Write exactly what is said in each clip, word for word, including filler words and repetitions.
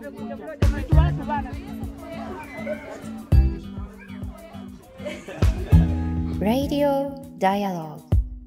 Radio Dialogue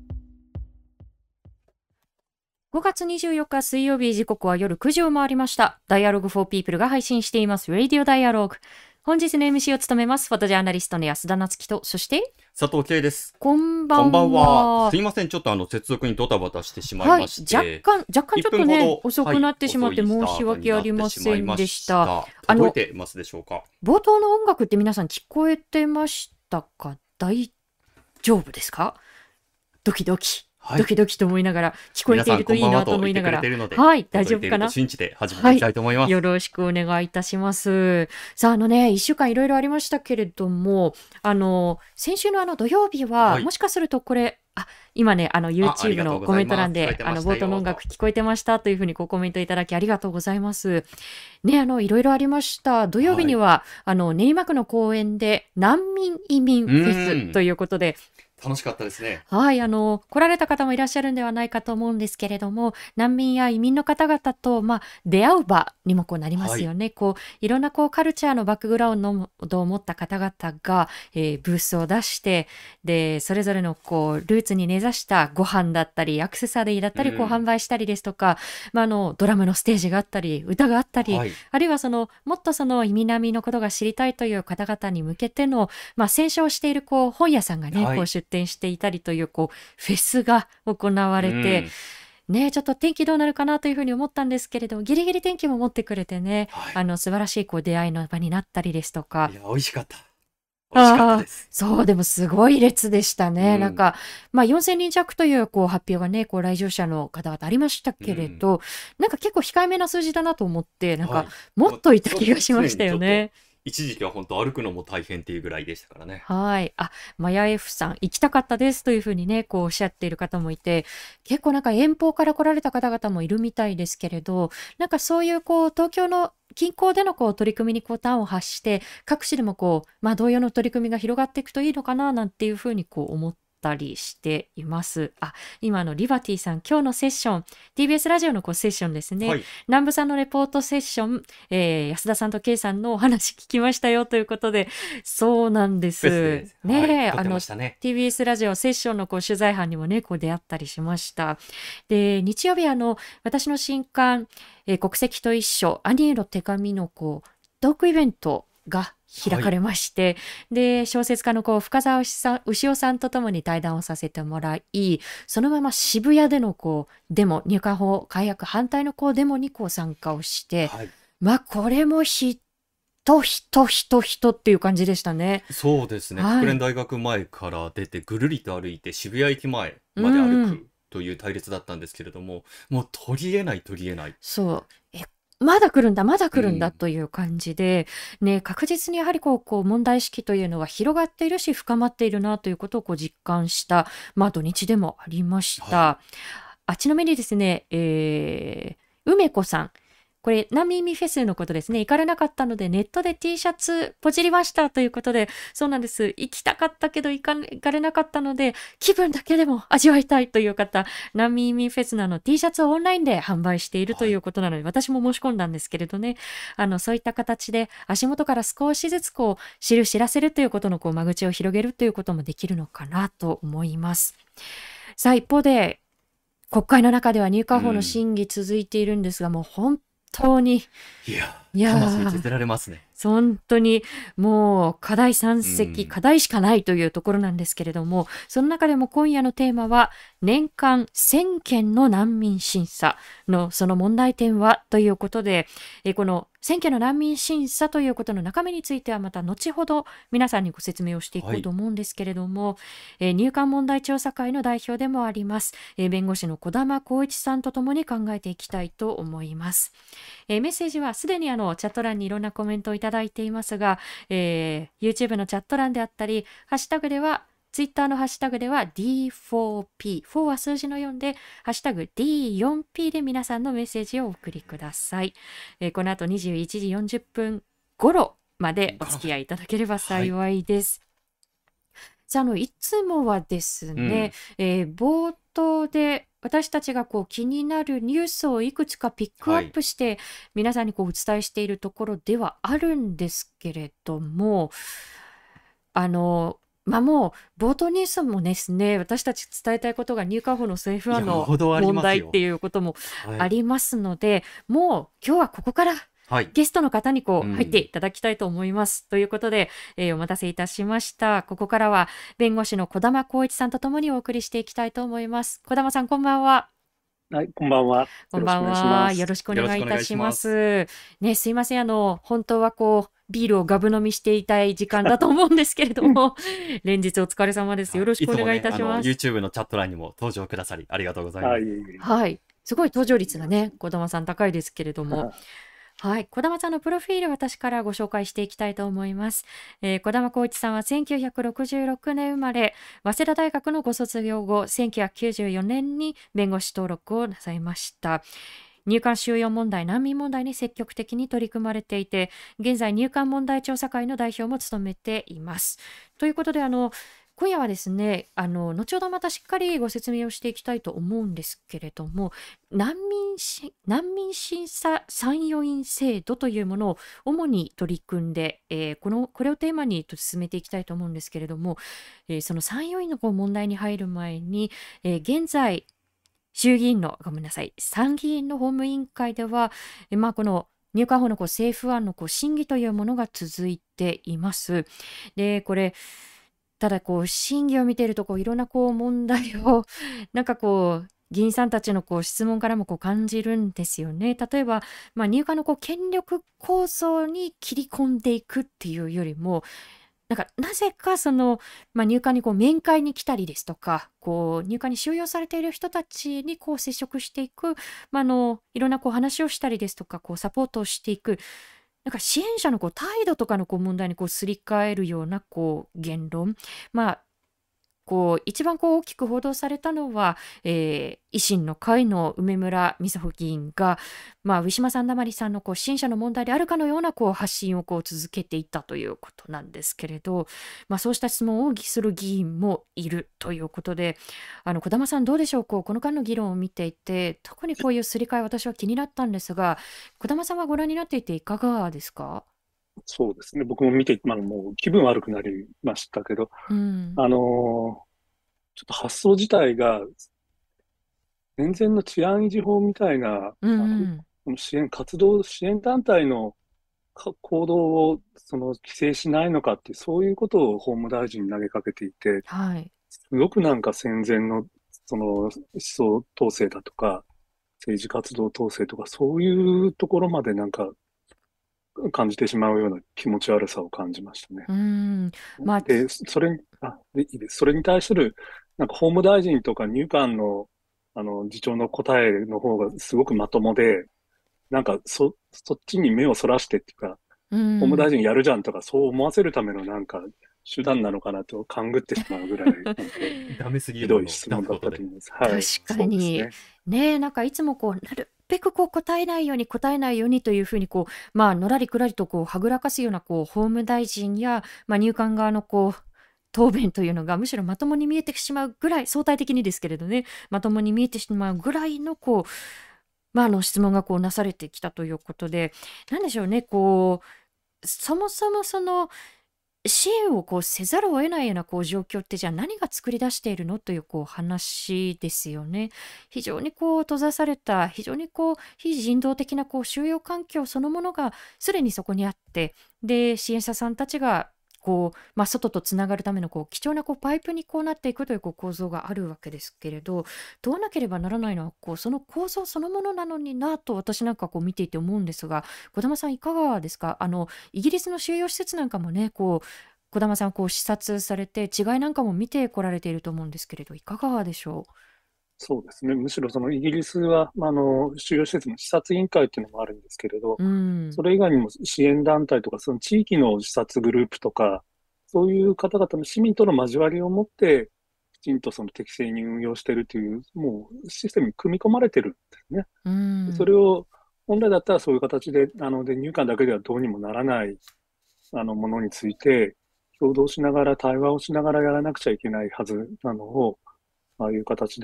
ごがつにじゅうよっか水曜日、時刻は夜くじを回りました。 Dialogue for People が配信しています Radio Dialogue。 本日の エムシー を務めますフォトジャーナリストの安田なつきと、そして佐藤圭です。 こんばんは。 こんばんは。すいません、ちょっとあの接続にドタバタしてしまいまして、 はい、若干若干ちょっとね遅くなってしまって申し訳ありませんでした。 はい、届いてますでしょうか。 冒頭の音楽って皆さん聞こえてましたか？大丈夫ですか？ドキドキはい、ドキドキと思いながら、聞こえているといいなと思いながら、はい、大丈夫かな。 信じて始めていきたいと思います、 はい、よろしくお願いいたします。さあ、あのね、いっしゅうかんいろいろありましたけれども、あの先週のあの土曜日は、はい、もしかするとこれあ今ねあの YouTube のコメント欄であの冒頭の音楽聞こえてましたというふうにこコメントいただきありがとうございますね。あのいろいろありました。土曜日には、はい、あの練馬区の公園で難民移民フェスということで楽しかったですね。 はい、あの来られた方もいらっしゃるんではないかと思うんですけれども、難民や移民の方々と、まあ、出会う場にもこうなりますよね。はい、こういろんなこうカルチャーのバックグラウンドを持った方々が、えー、ブースを出して、でそれぞれのこうルーツに根ざしたご飯だったりアクセサリーだったりこう販売したりですとか、まあ、あのドラムのステージがあったり歌があったり、はい、あるいはそのもっとその移民難民のことが知りたいという方々に向けての、まあ、選書をしているこう本屋さんがね、はい、こう出展していたりというこうフェスが行われて、うんね、ちょっと天気どうなるかなというふうに思ったんですけれども、ギリギリ天気も持ってくれてね、はい、あの素晴らしいこう出会いの場になったりですとか。 いや美味しかった美味しかったです。 そうでもすごい列でしたね、うん、なんか、まあ、よんせんにん弱というこう発表がねこう来場者の方々ありましたけれど、うん、なんか結構控えめな数字だなと思ってなんか、はい、もっといた気がしましたよね。 一時期は本当歩くのも大変っていうぐらいでしたからね。 はい。あ、マヤ F さん行きたかったですというふうにねこうおっしゃっている方もいて、結構なんか遠方から来られた方々もいるみたいですけれど、なんかそういうこう東京の近郊でのこう取り組みにこう端を発して各地でもこう、まあ、同様の取り組みが広がっていくといいのかななんていうふうにこう思ってたりしています。あ、今のリバティさん、今日のセッション ティービーエス ラジオのこうセッションですね、はい、南部さんのレポートセッション、えー、安田さんと K さんのお話聞きましたよということで、そうなんですね、はい、あの ティービーエス ラジオセッションのこう取材班にもねこう出会ったりしました。で日曜日あの私の新刊、えー、国籍と一緒兄への手紙のこうトークイベントが開かれまして、はい、で小説家のこう深澤牛尾さんとともに対談をさせてもらい、そのまま渋谷でのこうデモ、入管法改悪反対のこうデモにこう参加をして、はい、まあこれも人人人人っていう感じでしたね。 そうですね、はい、国連大学前から出てぐるりと歩いて渋谷駅前まで歩くという隊列だったんですけれども、うん、もう取り得ない取り得ない。 そうえまだ来るんだまだ来るんだという感じで、うん、ね、確実にやはりこうこう問題意識というのは広がっているし深まっているなということをこう実感した、まあ、土日でもありました。はい、あちなみにですね、えー、梅子さん、これ難民フェスのことですね。行かれなかったのでネットで T シャツポチりましたということで、そうなんです。行きたかったけど行か、行かれなかったので気分だけでも味わいたいという方、難民フェスの T シャツをオンラインで販売しているということなので、はい、私も申し込んだんですけれどね、あのそういった形で足元から少しずつこう知る知らせるということのこう間口を広げるということもできるのかなと思います。さあ一方で国会の中では入管法の審議続いているんですが、うん、もう本当にいやいや魂見せられますね。 本当にもう課題山積、うん、課題しかないというところなんですけれども、その中でも今夜のテーマは年間せんけんの難民審査のその問題点はということで、えこのせんけんの難民審査ということの中身についてはまた後ほど皆さんにご説明をしていこうと思うんですけれども、はい、え入管問題調査会の代表でもあります、え弁護士の児玉光一さんとともに考えていきたいと思います。えメッセージはすでにあのチャット欄にいろんなコメントをいただいていますが、えー、YouTube のチャット欄であったりハッシュタグではツイッターのハッシュタグでは ディーフォーピー フォーは数字のよんでハッシュタグ ディーフォーピー で皆さんのメッセージをお送りください。えー、この後にじゅういちじよんじゅっぷん頃までお付き合いいただければ幸いです。はい、さあ、あのいつもはですね、うん、えー、冒頭で私たちがこう気になるニュースをいくつかピックアッはい。 プして皆さんにこうお伝えしているところではあるんですけれども、あの、まあ、もう冒頭ニュースもですね、私たち伝えたいことが入管法の政府案山のほどあり問題ってますよ。 いうこともはい。 ありますので、もう今日はここからはい。 ゲストの方にうこう入っていん。 ただきたいと思います。ということで、えーお待たせいたしました。ここからは弁護士の児玉光一さんとともにお送りしていきたいと思います。児玉さん、こんばんは。 はい、こんばんは。 こんばよろしくお願いしまんは。よす。 ろしくおよろし願いいたしまくお願いします。 す。ね、すいません。あの、本当はこう、ビールをガブ飲みしていたい時間だと思うんですけれども、連日お疲れ様です。よはい。 ろしくお願いいいつもね、あの、 たします。 YouTube のチャット欄にも登場くださり、ありがとうございあ、 ます。 いえいえいはい。すごい登場率え。 がよろしく。 ね、児玉さん高いですけれども、はい。児玉さんのプロフィール、私からご紹介していきたいと思います。えー、児玉光一さんはせんきゅうひゃくろくじゅうろくねん生まれ、早稲田大学のご卒業後、せんきゅうひゃくきゅうじゅうよねんに弁護士登録をなさいました。入管収容問題、難民問題に積極的に取り組まれていて、現在入管問題調査会の代表も務めています。ということで、あの、今夜はですね、あの、後ほどまたしっかりご説明をしていきたいと思うんですけれども、難民し難民審査参与員制度というものを主に取り組んで、えーこの、これをテーマに進めていきたいと思うんですけれども、えーその参与員のこう問題に入る前に、えー現在、衆議院の、ごめんなさい、参議院の法務委員会では、えまあ、この入管法のこう政府案のこう審議というものが続いています。で、これ、ただこう審議を見ているとこういろんなこう問題をなんかこう議員さんたちのこう質問からもこう感じるんですよね。例えば、まあ、入管のこう権力構造に切り込んでいくっていうよりも、なんか、なぜかその、まあ、入管にこう面会に来たりですとか、こう入管に収容されている人たちにこう接触していく、まあ、あのいろんなこう話をしたりですとか、こうサポートをしていく、なんか支援者のこう態度とかのこう問題にこうすり替えるようなこう言論、まあ、こう一番こう大きく報道されたのは、えー維新の会の梅村美穂議員が、まあ、ウィシュマ・サンダマリさんのこう支援者の問題であるかのようなこう発信をこう続けていったということなんですけれど、まあ、そうした質問をする議員もいるということで、あの児玉さん、どうでしょう、こうこの間の議論を見ていて、特にこういうすり替え、私は気になったんですが、児玉さんはご覧になっていていかがですか？ そうですね。僕も見て、まあ、もう気分悪くなりましたけど、 うん、 あのーちょっと発想自体が、戦前の治安維持法みたいな、 うん、 あの、 うん、 この支援、活動、支援団体のか行動を、その、規制しないのかっていう、そういうことを法務大臣に投げかけていて、 はい。 すごくなんか戦前の、その、思想統制だとか、政治活動統制とか、そういうところまでなんか感じてしまうような気持ち悪さを感じましたね。 うん、まあ、 で、それに、あ、で、いいです。それに対する、なんか法務大臣とか入管の、あの、次長の答えの方がすごくまともで、なんかそ、そっちに目をそらしてっていうか、 う法務大ん。 臣やるじゃんとか、そう思わせるためのなんか、手段なのかなと勘ぐってしまうぐらい、本当、 ダメすぎひどいるものを質問だっ出すことで。 たと思います。 確はい。 かに。 そうですね。 ねえ、なんかいつもこう、なるべくこう答えないように答えないようにというふうにこう、まあ、のらりくらりとこう、はぐらかすようなこう、法務大臣や、まあ、入管側のこう、答弁というのがむしろまともに見えてしまうぐらい、相対的にですけれどね、まともに見えてしまうぐらいのこう、まあ、あの質問がこうなされてきたということで、なんでしょうね、こう、そもそもその、支援をこうせざるを得ないようなこう状況ってじゃあ何が作り出しているのというこう話ですよね。非常にこう閉ざされた非常にこう非人道的なこう収容環境そのものがすでにそこにあって、で支援者さんたちがこう、まあ、外とつながるためのこう貴重なこうパイプにこうなっていくというこう構造があるわけですけれど、どうなければならないのはこうその構造そのものなのになと私なんかこう見ていて思うんですが、児玉さんいかがですか？あのイギリスの収容施設なんかもね、こう児玉さんこう視察されて違いなんかも見てこられていると思うんですけれど、いかがでしょそうですね。むしろそのイギリスは、まあ、あの、収容施設の視察委員会っていうのもあるんですけれど、 う？うん、 それ以外にも支援団体とか、その地域の視察グループとか、そういう方々の市民との交わりを持って、きちんとその適正に運用しているという、もうシステムに組み込まれてるんですね。 うでそん、 れを、本来だったらそういう形で、あの、で、入管だけではどうにもならない、あの、ものについて、共同しながら、対話をしながらやらなくちゃいけないはずなのを、ああいう形で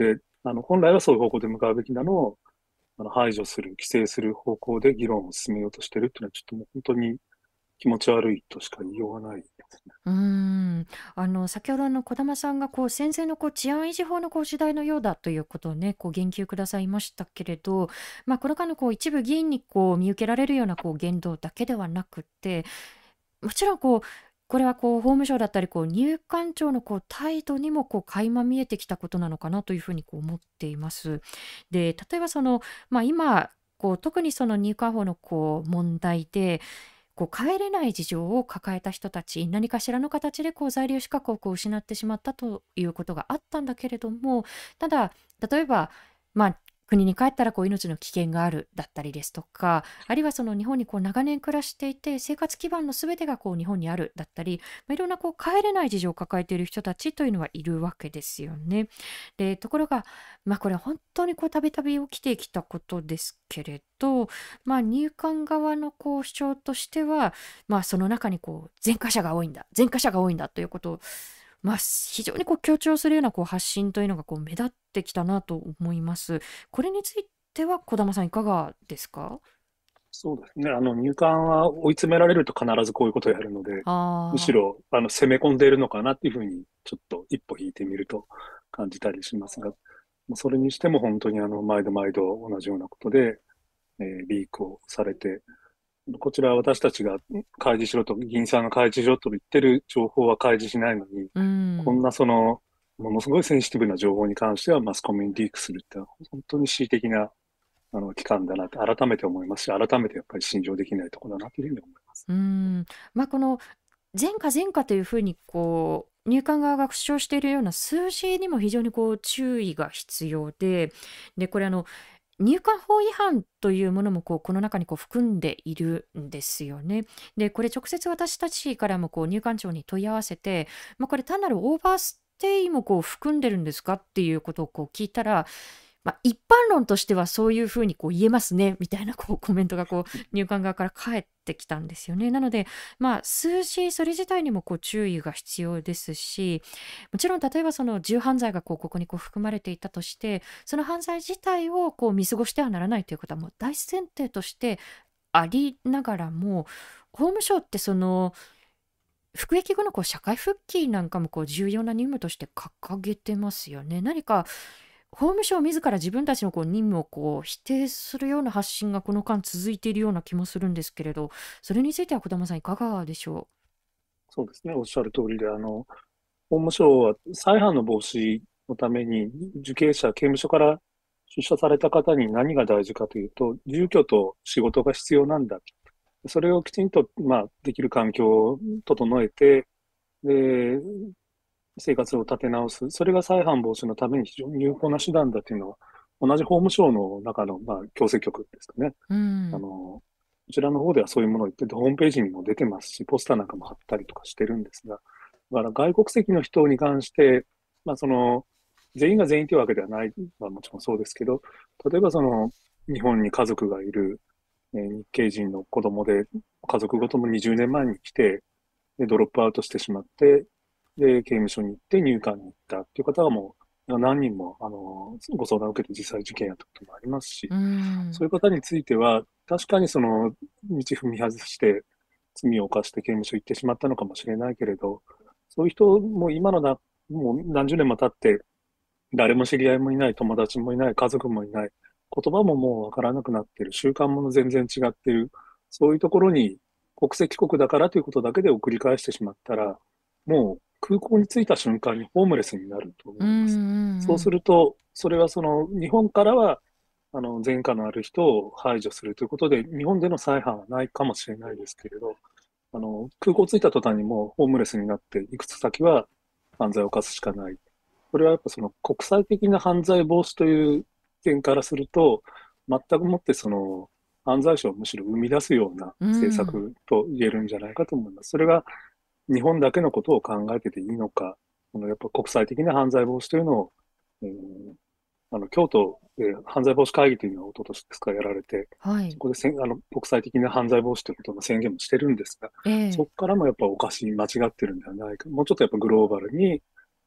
あの、本来はそういう方向で向かうべきなのを、あの、排除する、規制する方向で議論を進めようとしてるっていうのは、ちょっともう本当に気持ち悪いとしか言いようがないですね。 うーん。あの、先ほどあの児玉さんがこう戦前のこう治安維持法のこう時代のようだということをね、こう言及くださいましたけれど、まあ、この間のこう一部議員にこう見受けられるようなこう言動だけではなくって、もちろんこう、これはこう法務省だったりこう入管庁のこう態度にもこう垣間見えてきたことなのかなというふうにこう思っています。で、例えばその、まあ、今こう特にその入管法のこう問題で、こう帰れない事情を抱えた人たち、何かしらの形でこう在留資格をこう失ってしまったということがあったんだけれども、ただ、例えば、まあ、国に帰ったらこう命の危険があるだったりですとか、あるいはその日本にこう長年暮らしていて、生活基盤のすべてがこう日本にあるだったり、まあ、いろんなこう帰れない事情を抱えている人たちというのはいるわけですよね。で、ところが、まあ、これ本当にこうたびたび起きてきたことですけれど、まあ、入管側のこう主張としては、まあ、その中にこう前科者が多いんだ、前科者が多いんだということを、まあ、非常にこう強調するようなこう発信というのがこう目立ってきたなと思います。これについては児玉さんいかがですか？ そうですね。あの、入管は追い詰められると必ずこういうことをやるので、むしああ、 ろ、あの、攻め込んでいるのかなっていうふうに、ちょっと一歩引いてみると感じたりしますが、もうそれにしても本当にあの、毎度毎度同じようなことで、えーリークをされて、こちらは私たちが開示しろと、議員さんが開示しろと言ってる情報は開示しないのに、 うん、 こんなその、ものすごいセンシティブな情報に関してはマスコミにリークするってのは本当に恣意的なあの機関だなって改めて思いますし、改めてやっぱり信用できないところだなというふうに思います。 うん。まあ、この前科前科というふうにこう入管側が主張しているような数字にも非常にこう注意が必要で、で、これあの入管法違反というものもこうこの中にこう含んでいるんですよね。で、これ直接私たちからもこう入管庁に問い合わせて、まあ、これ単なるオーバーステイもこう含んでるんですかっていうことをこう聞いたら、まあ、一般論としてはそういうふうにこう言えますねみたいなこうコメントがこう入管側から返ってきたんですよね。なので、まあ、数字それ自体にもこう注意が必要ですし、もちろん例えばその重犯罪がこうここにこう含まれていたとして、その犯罪自体をこう見過ごしてはならないということはもう大前提としてありながらも、法務省ってその服役後のこう社会復帰なんかもこう重要な任務として掲げてますよね。何か法務省自ら自分たちのこう任務をこう否定するような発信がこの間続いているような気もするんですけれど、それについては児玉さんいかがでしょそうですね。おっしゃる通りで、あの、法務省は再犯の防止のために、受刑者、刑務所から出所された方に何が大事かというと、住居と仕事が必要なんだ。それをきちんと、まあ、できる環境を整えて、で、生活を立て直す。それが再犯防止のために非常に有効な手段だというのは、同じ法務省の中の、まあ、矯正局ですかね。 う。うん。 あの、こちらの方ではそういうものを言ってて、ホームページにも出てますし、ポスターなんかも貼ったりとかしてるんですが、だから外国籍の人に関して、まあその、全員が全員というわけではないのはもちろんそうですけど、例えばその、日本に家族がいる、えー日系人の子供で、家族ごともにじゅうねんまえに来て、で、ドロップアウトしてしまって、で、刑務所に行って入管に行ったっていう方がもう何人も、あの、ご相談を受けて実際事件やったこともありますし、 うん。 そういう方については、確かにその、道踏み外して罪を犯して刑務所行ってしまったのかもしれないけれど、そういう人も今のな、もう何十年も経って、誰も知り合いもいない、友達もいない、家族もいない、言葉ももうわからなくなっている、習慣も全然違っている、そういうところに国籍国だからということだけで送り返してしまったら、もう空港に着いた瞬間にホームレスになるとうん。 思います。そうすうん。 ると、それはその日本からはあの前科のある人を排除するということで、日本での再犯はないかもしれないですけれど、あの空港着いた途端にもうホームレスになって、いくつ先は犯罪を犯すしかない。これはやっぱその国際的な犯罪防止という点からすると、全くもってその犯罪者をむしろ生み出すようなうん。 政策と言えるんじゃないかと思います。それが日本だけのことを考えてていいのか、このやっぱ国際的な犯罪防止というのを、えーあの京都で犯罪防止会議というのは一昨年ですかやられて、 はい。 そこでせんあの国際的な犯罪防止ということの宣言もしてるんですが、 ええ。 そこからもやっぱおかしい、間違ってるんではないか、もうちょっとやっぱグローバルに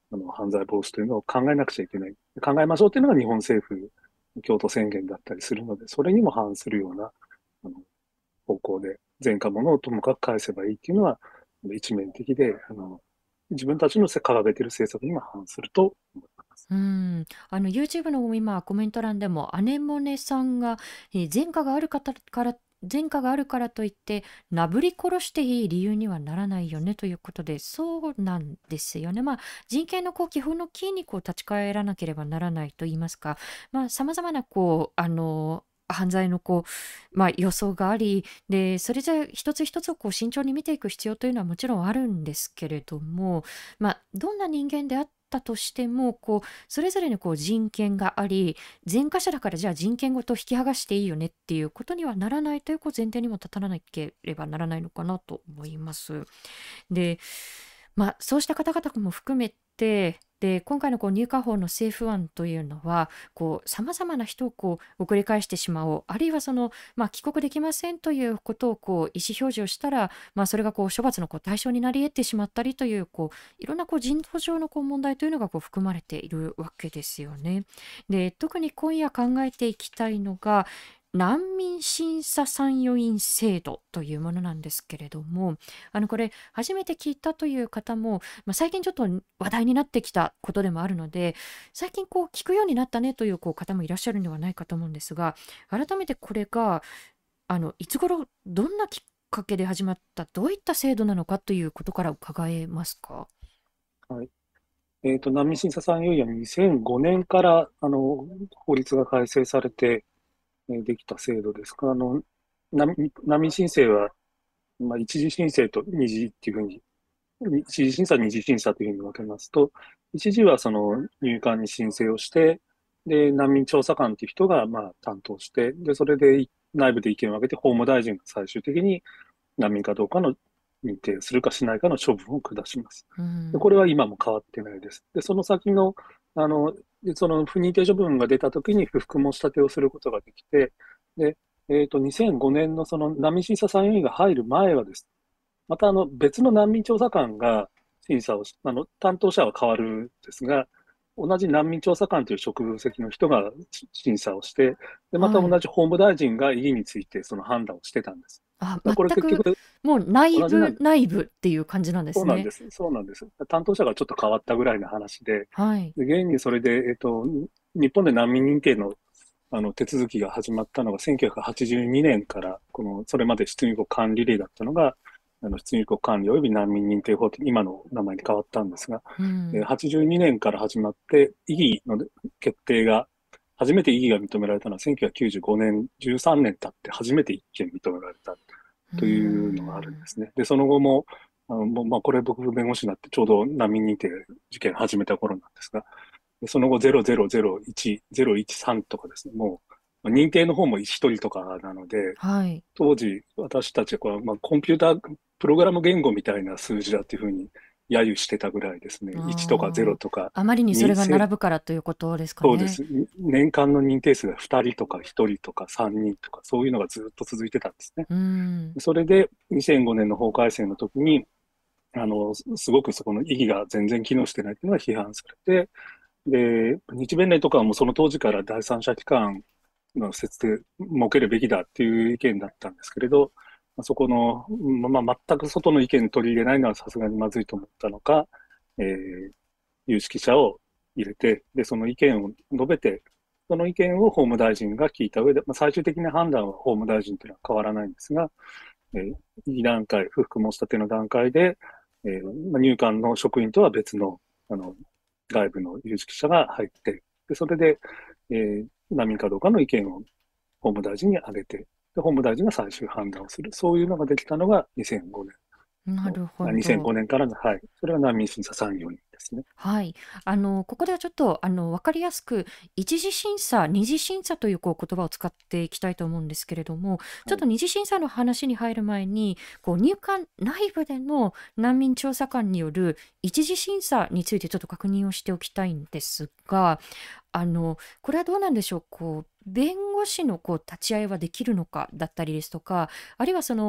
あの、犯罪防止というのを考えなくちゃいけない。考えましょうというのが日本政府、京都宣言だったりするので、それにも反するような、あの、方向で、前科者をともかく返せばいいっていうのは、一面的で、あの、自分たちの掲げている政策にも反すると思います。 うん、あの YouTube の今コメント欄でもアネモネさんが、えー前科がある方から前科があるからといってなぶり殺していい理由にはならないよねということで、そうなんですよね。まあ人権のこう基本のキーにこう立ち返らなければならないと言いますか、まあさまざまなこうあの犯罪のこう、まあ、予想があり、でそれじゃ一つ一つをこう慎重に見ていく必要というのはもちろんあるんですけれども、まあ、どんな人間であったとしてもこうそれぞれにこう人権があり、前科者だからじゃあ人権ごと引き剥がしていいよねっていうことにはならないというこう前提にも立たなければならないのかなと思います。で、まあ、そうした方々も含めて、で今回のこう入管法の政府案というのはさまざまな人をこう送り返してしまおう、あるいはその、まあ、帰国できませんということをこう意思表示をしたら、まあ、それがこう処罰のこう対象になり得てしまったりというこういろんなこう人道上のこう問題というのがこう含まれているわけですよね。で特に今夜考えていきたいのが難民審査参与員制度というものなんですけれども、あのこれ初めて聞いたという方も、まあ、最近ちょっと話題になってきたことでもあるので、最近こう聞くようになったねというこう方もいらっしゃるんではないかと思うんですが、改めてこれがあのいつ頃どんなきっかけで始まった、どういった制度なのかということから伺えますか？ はい。えっと、難民審査参与員はにせんごねんから、あの、法律が改正されて、えーできた制度ですが、あの、難民難民申請は、まあ、一次申請と二次っていうふうに、一次審査、二次審査というふうに分けますと、一次はその入管に申請をして、で、難民調査官っていう人がまあ担当して、で、それで内部で意見を上げて、法務大臣が最終的に難民かどうかの認定するかしないかの処分を下します。 うで、こん。 れは今も変わってないです。で、その先の、あの、でその不認定処分が出たときに不服申し立てをすることができて、で、えっと、にせんごねんのその難民審査参与員が入る前はです。また、あの、別の難民調査官が審査をし、あの、担当者は変わるんですが、同じ難民調査官という職責の人が審査をして、で、またはい。 同じ法務大臣が異議についてその判断をしてたんです。 あ、 だからこれ全く結局もう内同じなん部内部っていう感じなんですね。 そうなんです。そうなんです。担当者がちょっと変わったぐらいの話で、 はい。 で現にそれで、えっと、日本で難民認定の、あの手続きが始まったのがせんきゅうひゃくはちじゅうにねんから、この、それまで出入国管理令だったのが、あの出入国管理及び難民認定法という今の名前に変わったんですが、えーうん。 はちじゅうにねんから始まって、異議の決定が、初めて異議が認められたのはせんきゅうひゃくきゅうじゅうごねん、じゅうさんねん経って初めて一件認められたうーというのがあるんでん。 すね。で、その後も、あの、もうまあ、これ僕弁護士になってちょうど難民認定事件始めた頃なんですが、でその後ゼロゼロゼロいち、ゼロいちさんとかですね、もう、まあ認定の方もひとりとかなので、 はい。 当時私たちはこれ、まあ、コンピュータープログラム言語みたいな数字だっていうふうに揶揄してたぐらいですね、いちとかゼロあとかあ、あまりにそれに、 が並ぶからということですかね。 そうです。年間の認定数がふたりとかひとりとかさんにんとか、そういうのがずっと続いてたんですね。 うーん。 それでにせんごねんの法改正の時に、あの、すごくそこの意義が全然機能してないっていうのが批判されて、で、日弁連とかはもうその当時から第三者機関の設定、設けるべきだっていう意見だったんですけれど、そこの、まあ、全く外の意見取り入れないのはさすがにまずいと思ったのか、えー、有識者を入れて、で、その意見を述べて、その意見を法務大臣が聞いた上で、まあ、最終的な判断は法務大臣というのは変わらないんですが、えー、い段階、不服申し立ての段階で、えー、入管の職員とは別の、あの、外部の有識者が入って、で、それで、えー、難民かどうかの意見を法務大臣に挙げて、で、法務大臣が最終判断をする。そういうのができたのがにせんごねんの、 なるほあ2005 ど。 年からの、はい。それが難民審査参与員ですね。 はい。あの、ここではちょっと、あの、わかりやすく、一次審査、二次審査というこう言葉を使っていきたいと思うんですけれども、ちょっはい。 と二次審査の話に入る前に、こう入管内部での難民調査官による一次審査についてちょっと確認をしておきたいんですが、あの、これはどうなんでしょう。こう、弁護士のこう立ち会いはできるのかだったりですとか、あるいはその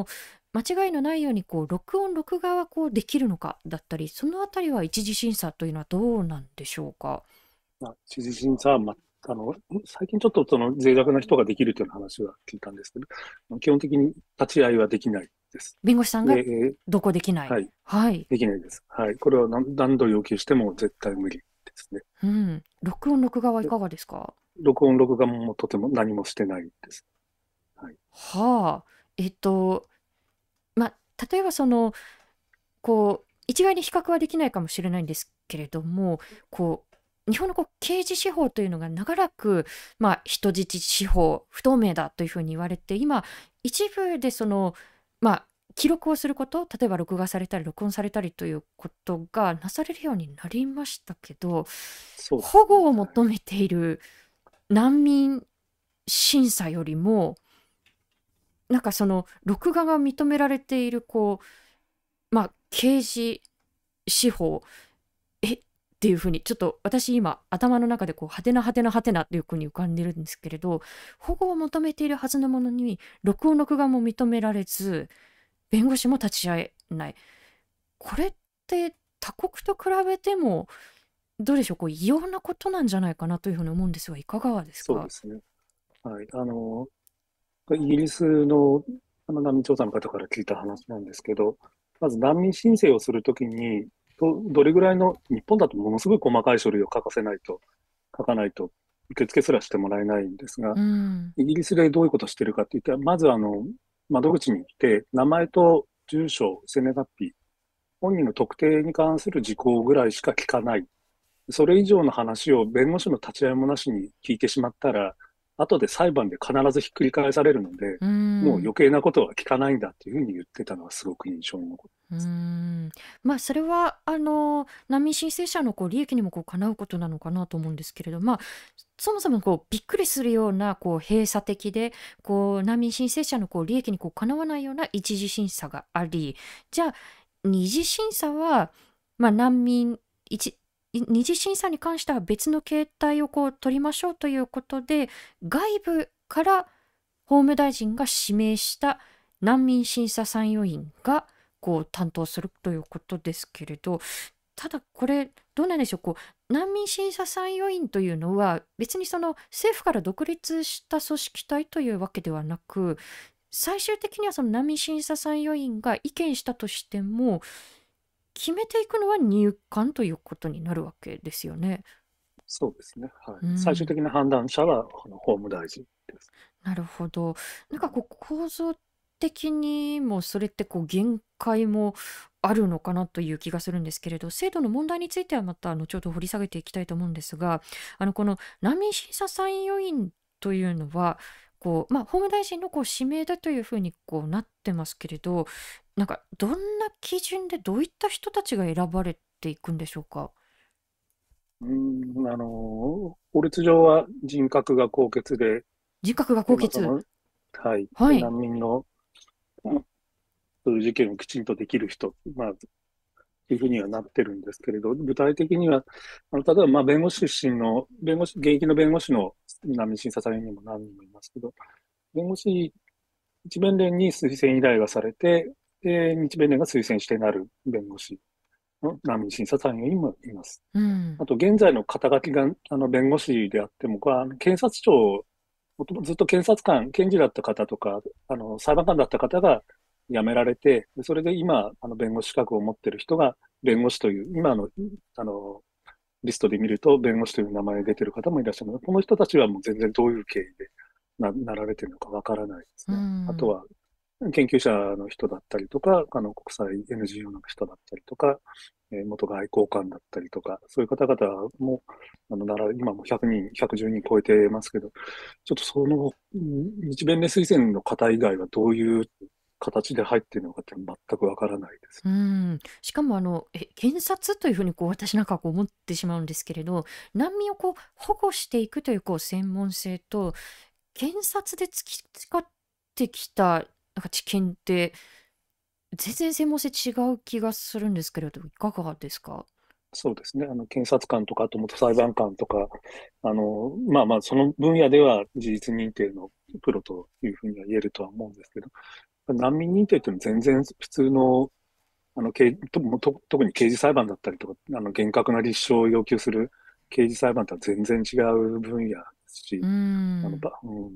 間違いのないようにこう録音録画はこうできるのかだったり、そのあたりは一次審査というのはどうなんでしょうか。 まあ、知事審査は、ま、あの、最近ちょっとその脆弱な人ができるという話は聞いたんですけど、基本的に立ち会いはできないです。 弁護士さんで、 がえー同行できない。 はい、 はい。 できないです。はい。これは何何度要求しても絶対無理ですね。 うん。録音録画はいでかがですか？ 録音、録画もとても何もしてないです。はい。 はあ。えっと、ま、例えばその、こう、一概に比較はできないかもしれないんですけれども、こう、日本のこう刑事司法というのが長らく、まあ、人質司法、不透明だというふうに言われて、今、一部でその、まあ、記録をすること、例えば録画されたり、録音されたりということがなされるようになりましたけど、 そうですね。 保護をはい。 求めている難民審査よりも、なんかその、録画が認められている、こう、まあ、刑事司法、えっていうふうに、ちょっと私今、頭の中でこう、はてなはてなはてなっていうふうに浮かんでるんですけれど、保護を求めているはずのものに、録音録画も認められず、弁護士も立ち会えない。これって他国と比べても、どうでしょう、こう異様なことなんじゃないかなというふうに思うんですが、いかがですか？ そうですね。はい。あの、イギリスのあの難民調査の方から聞いた話なんですけど、まず難民申請をするときに、ど、どれぐらいの、日本だとものすごい細かい書類を書かせないと、書かないと、受付すらしてもらえないんですが、 うん。 イギリスでどういうことをしてるかって言ったら、まずあの、窓口に来て、名前と住所、生年月日、本人の特定に関する事項ぐらいしか聞かない。それ以上の話を弁護士の立ち会いもなしに聞いてしまったら、後で裁判で必ずひっくり返されるので、 うーん。 もう余計なことは聞かないんだっていうふうに言ってたのはすごく印象に残うーっん。まあ、それは、あの、難民申請者のこう利益にもこうかなうことなのかなと思うんですけれど、まあ、そもそもこうびっくりするようなこう閉鎖的で、こう難民申請者のこう利益にこうかなわないような一次審査があり、じゃあ、二次審査は、まあ、難民一、い二次審査に関しては別の形態をこう取りましょうということで、外部から法務大臣が指名した難民審査参与員がこう担当するということですけれど、ただこれどうなんでしょう、こう難民審査参与員というのは別にその政府から独立した組織体というわけではなく、最終的にはその難民審査参与員が意見したとしても、決めていくのは入管ということになるわけですよね。 そうですね。はい。 うん。 最終的な判断者はあの法務大臣です。 なるほど。なんかこう構造的にもそれってこう限界もあるのかなという気がするんですけれど、制度の問題についてはまた後ほど掘り下げていきたいと思うんですが、あのこの難民審査参与員というのは、こうまあ、法務大臣のこう指名だというふうにこうなってますけれど、なんかどんな基準でどういった人たちが選ばれていくんでしょうか。 うーん、あの、法律上は人格が高潔で、 人格がで、 高潔。 まあその、はい。で、 はい。 難民の、うんそういう事件をきちんとできる人、まあ、っていうふうにはなってるんですけれど、具体的には、あの例えば、まあ、弁護士出身の、弁護士、現役の弁護士の難民審査裁員にも何人もいますけど、弁護士一弁連に推薦依頼がされて、で、日弁連が推薦してなる弁護士の難民審査参与員もいます。 うん。 あと、現在の肩書きがあの弁護士であっても、これはあの検察庁、もともとずっと検察官、検事だった方とか、あの裁判官だった方が辞められて、それで今、あの弁護士資格を持っている人が弁護士という、今のあのリストで見ると弁護士という名前が出ている方もいらっしゃるので、この人たちはもう全然どういう経緯でな、なられているのかわからないですうね。あとん。 は、研究者の人だったりとか、あの国際 エヌジーオー の人だったりとか、えー元外交官だったりとか、そういう方々も、あの、なら、今もひゃくにん、ひゃくじゅうにん超えてますけど、ちょっとその、ん日弁連推薦の方以外はどういう形で入っているのかって全くわからないです。 うん、しかもあの、え、検察というふうにこう私なんかこう思ってしまうんですけれど、難民をこう保護していくというこう専門性と、検察で培ってきたなんか知見って、全然専門性違う気がするんですけれど、いかがですか？ そうですね。あの、検察官とか、あと元裁判官とか、あの、まあまあ、その分野では事実認定のプロというふうには言えるとは思うんですけど、 難民認定っていうのは全然普通の、あの、刑ともと特に刑事裁判だったりとか、あの、厳格な立証を要求する刑事裁判とは全然違う分野ですうーし、あの、 ん。 ば、うん、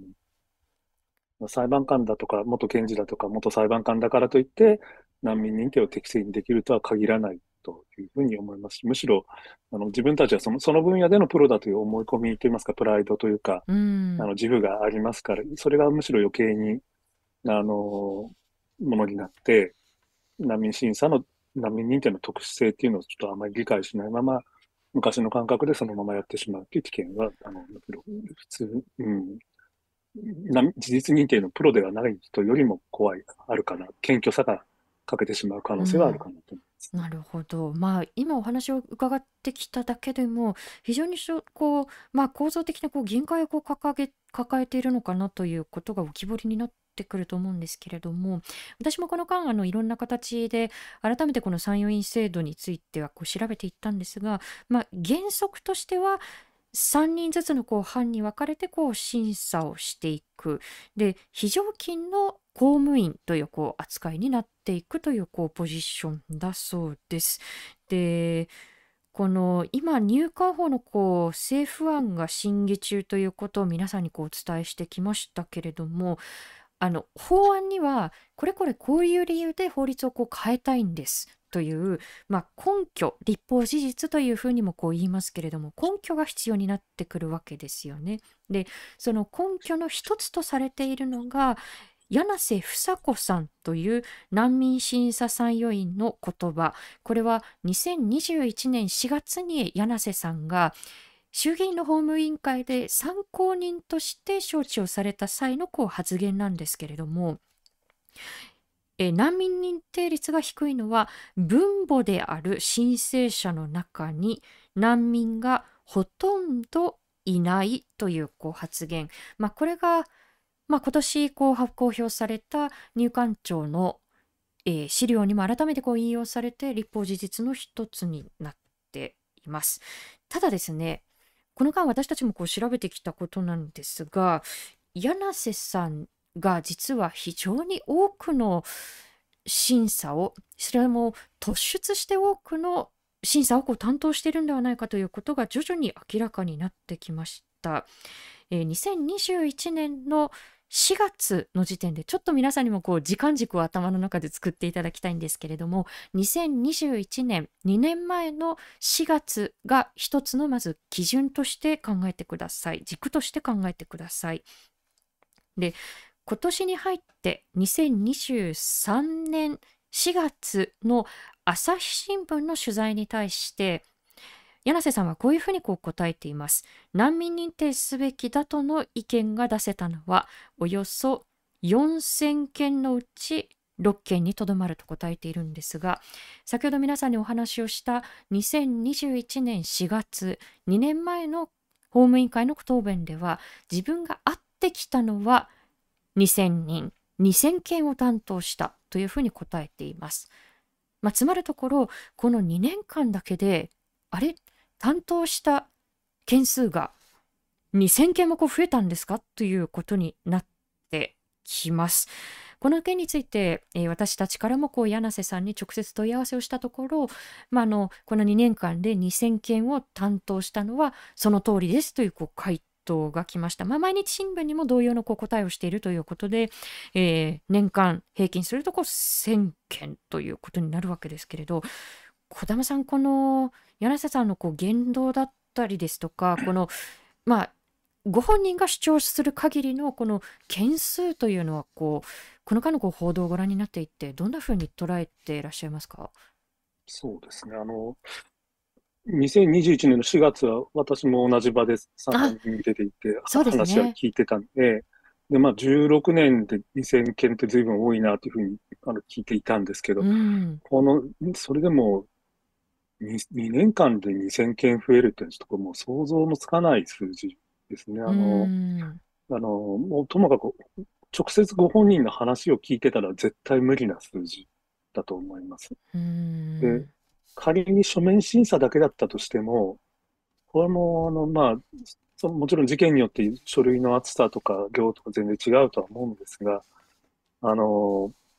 裁判官だとか、元検事だとか、元裁判官だからといって、難民認定を適正にできるとは限らないというふうに思いますし、むしろ、あの、自分たちはその、その分野でのプロだという思い込みといいますか、プライドというか、 うーん。 あの、自負がありますから、それがむしろ余計に、あの、ものになって、難民審査の、難民認定の特殊性っていうのをちょっとあまり理解しないまま、昔の感覚でそのままやってしまうという危険は、あの、普通、うん、な事実認定のプロではない人よりも怖い、あるかな、謙虚さが欠けてしまう可能性はあるうん。 かなと思いますね。 なるほど。まあ、今お話を伺ってきただけでも、非常にしょこう、まあ、構造的なこう限界をこう掲げ抱えているのかなということが浮き彫りになってくると思うんですけれども、私もこの間、あの、いろんな形で、改めてこの参与員制度についてはこう調べていったんですが、まあ、原則としては、さんにんずつのこう班に分かれてこう審査をしていく。で、非常勤の公務員というこう扱いになっていくというこうポジションだそうです。で、この今入管法のこう政府案が審議中ということを皆さんにこうお伝えしてきましたけれども、あの法案にはこれこれこういう理由で法律をこう変えたいんですという、まあ、根拠立法事実というふうにもこう言いますけれども、根拠が必要になってくるわけですよね。で、その根拠の一つとされているのが柳瀬房子さんという難民審査参与員の言葉。これはにせんにじゅういちねんしがつに柳瀬さんが衆議院の法務委員会で参考人として招致をされた際のこう発言なんですけれども、えー難民認定率が低いのは分母である申請者の中に難民がほとんどいないというこう発言。まあ、これが、まあ、今年こう発公表された入管庁の、えー資料にも改めてこう引用されて立法事実の一つになっています。ただですね、この間私たちもこう調べてきたことなんですが、柳瀬さんが実は非常に多くの審査を、それも突出して多くの審査をこう担当しているんではないかということが徐々に明らかになってきました。えーにせんにじゅういちねんのしがつの時点で、ちょっと皆さんにもこう時間軸を頭の中で作っていただきたいんですけれども、にせんにじゅういちねん、にねんまえのしがつが一つのまず基準として考えてください。軸として考えてください。で、今年に入ってにせんにじゅうさんねんしがつの朝日新聞の取材に対して、柳瀬さんはこういうふうにこう答えています。難民認定すべきだとの意見が出せたのはおよそよんせんけんのうちろっけんにとどまると答えているんですが、先ほど皆さんにお話をしたにせんにじゅういちねんしがつ、にねんまえの法務委員会の答弁では、自分が会ってきたのはにせんにん、にせんけんを担当したというふうに答えています。まあ、つまるところ、このにねんかんだけで、あれ担当した件数がにせんけんもこう増えたんですかということになってきます。この件について、えー私たちからもこう柳瀬さんに直接問い合わせをしたところ、まあ、あのこのにねんかんでにせんけんを担当したのはその通りですというこう回答が来ました。まあ、毎日新聞にも同様のこう答えをしているということで、えー年間平均するとこうせんけんということになるわけですけれど、児玉さん、この柳瀬さんのこう言動だったりですとか、この、まあ、ご本人が主張する限りのこの件数というのはこう、この間のこう報道をご覧になっていて、どんなふうに捉えていらっしゃいますか？ そうですね。あの、にせんにじゅういちねんのしがつは私も同じ場で参加あ、 に出ていて、 そうです話はね。 聞いてたんで、で、まあじゅうろくねんでにせんけんって随分多いなというふうにあの聞いていたんですけうど、 ん。 この、それでもに、にねんかんでにせんけん増えるってちょっともう想像のつかない数字ですね。 うあの、 ん。 あの、もうともかく直接ご本人の話を聞いてたら絶対無理な数字だと思います。 うで、 ん。 仮に書面審査だけだったとしても、これも、あの、まあ、そもちろん事件によって書類の厚さとか量とか全然違うとは思うんですが、あの、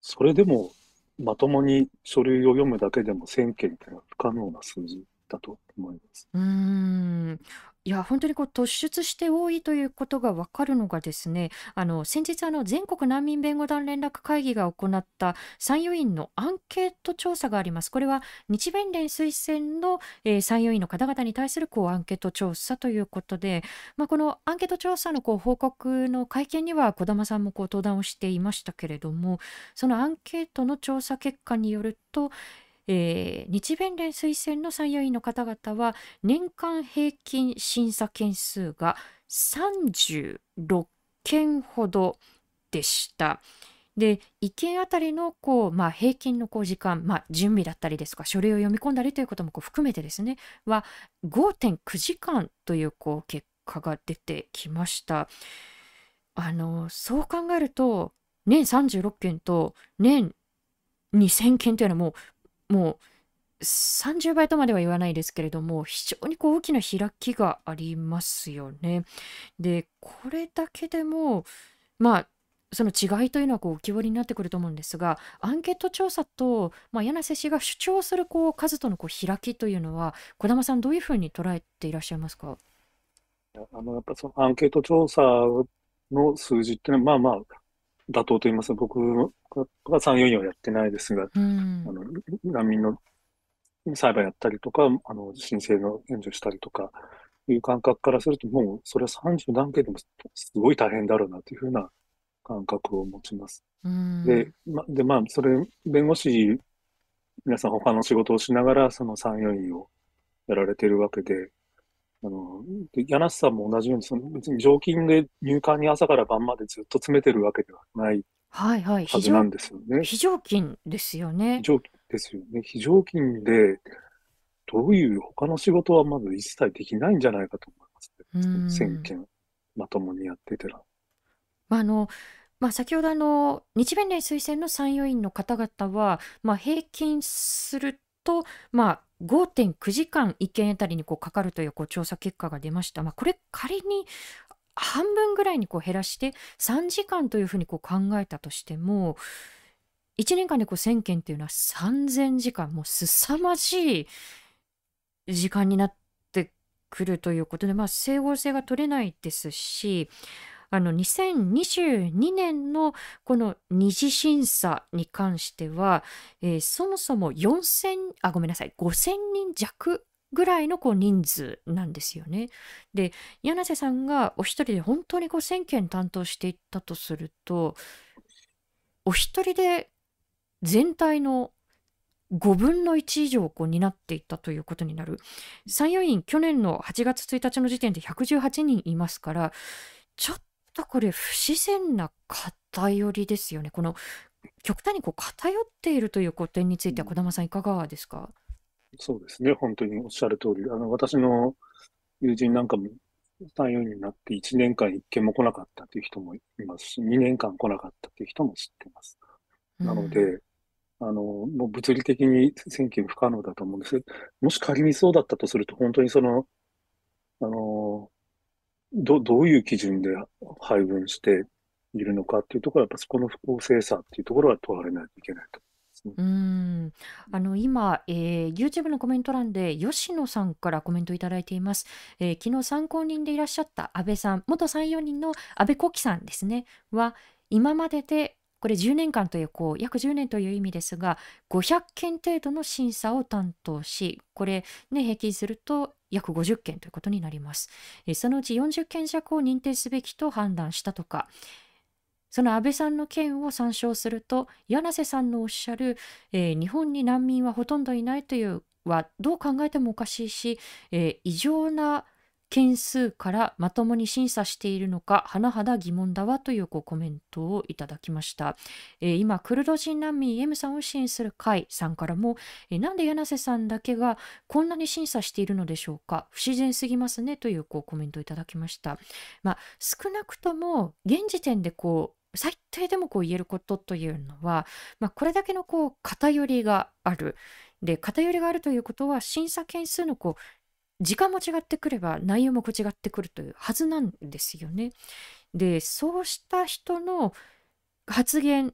それでも、まともに書類を読むだけでもせんけんっていうのは不可能な数字だと思います。 うーん。いや、本当にこう突出して多いということが分かるのがですね、あの先日あの全国難民弁護団連絡会議が行った参与員のアンケート調査があります。これは日弁連推薦の、えー参与員の方々に対するこうアンケート調査ということで、まあ、このアンケート調査のこう報告の会見には児玉さんもこう登壇をしていましたけれども、そのアンケートの調査結果によると、えー日弁連推薦の参与員の方々は年間平均審査件数がさんじゅうろっけんほどでした。で、いっけんあたりのこう、まあ、平均のこう時間、まあ、準備だったりですとか書類を読み込んだりということもこう含めてですねはごてんくじかんというこう結果が出てきました。あのそう考えると年さんじゅうろっけんと年にせんけんというのはもうもうさんじゅうばいとまでは言わないですけれども、非常にこう大きな開きがありますよね。で、これだけでも、まあ、その違いというのはこう浮き彫りになってくると思うんですが、アンケート調査と、まあ、柳瀬氏が主張するこう数とのこう開きというのは、児玉さん、どういうふうに捉えていらっしゃいますか？ あの、やっぱそのアンケート調査の数字っていうのは、まあまあ、妥当と言いますか、僕がさんよんよんをやってないですが、 うん。 あの、難民の裁判やったりとか、あの、申請の援助したりとか、いう感覚からすると、もう、それはさんじゅう何件でもすごい大変だろうなというふうな感覚を持ちます。 うで、 ん。 ま、で、まあ、それ、弁護士、皆さん他の仕事をしながら、その参与員をやられているわけで、あの、で、柳瀬さんも同じように、その別に常勤で入管に朝から晩までずっと詰めてるわけではないはいはい。非常、 はずなんですよね。 非常勤ですよね。 非常勤ですよね。非常勤で、どういう他の仕事はまず一切できないんじゃないかと思いますね。 うその選ん。 挙まともにやってたら。 まああのまあ、先ほどあの日弁連推薦の参与員の方々は、まあ、平均すると、まあ、ごてんくじかんいっけんあたりにこうかかるというこう調査結果が出ました。まあ、これ仮に半分ぐらいにこう減らしてさんじかんというふうにこう考えたとしても、いちねんかんでこうせんけんっていうのはさんぜんじかん、もう凄まじい時間になってくるということで、まあ、整合性が取れないですし、あのにせんにじゅうにねんのこの二次審査に関しては、えーそもそもよんせんあごめんなさいごせんにん弱ぐらいのこう人数なんですよね。で、柳瀬さんがお一人で本当にごせんけん担当していったとすると、お一人で全体のごぶんのいち以上をこう担っていったということになる。参与員、去年のはちがつついたちの時点でひゃくじゅうはちにんいますから、ちょっとこれ不自然な偏りですよね。この極端にこう偏っているというこう点については児うん、 玉さんいかがですか？ そうですね。本当におっしゃる通り。あの、私の友人なんかもさん、よにんになっていちねんかんいっけんも来なかったという人もいますし、にねんかん来なかったという人も知っています。 うん。 なので、あの、もう物理的に選挙不可能だと思うんです。もし仮にそうだったとすると、本当にその、あの、ど、どういう基準で配分しているのかっていうところは、やっぱそこの不公正さっていうところは問われないといけないと思いまうーん。あの今、えー YouTube のコメント欄で吉野さんからコメントいただいています。えー昨日参考人でいらっしゃった安倍さん、元参与人の安倍古樹さんですね、は、今までで、これじゅうねんかんという、こう、約じゅうねんという意味ですが、ごひゃっけん程度の審査を担当し、これ、ね、平均すると約ごじゅっけんということになります。えーそのうちよんじゅっけん弱を認定すべきと判断したとか、その安倍さんの件を参照すると、柳瀬さんのおっしゃる、えー日本に難民はほとんどいないというはどう考えてもおかしいし、えー異常な件数からまともに審査しているのか甚だ疑問だわというこうコメントをいただきました。えー今クルド人難民 M さんを支援する会さんからも、えーなんで柳瀬さんだけがこんなに審査しているのでしょうか、不自然すぎますねというこうコメントをいただきました。まあ、少なくとも現時点でこう最低でもこう言えることというのは、まあ、これだけのこう偏りがある。で、偏りがあるということは、審査件数のこう時間も違ってくれば内容も違ってくるというはずなんですよね。で、そうした人の発言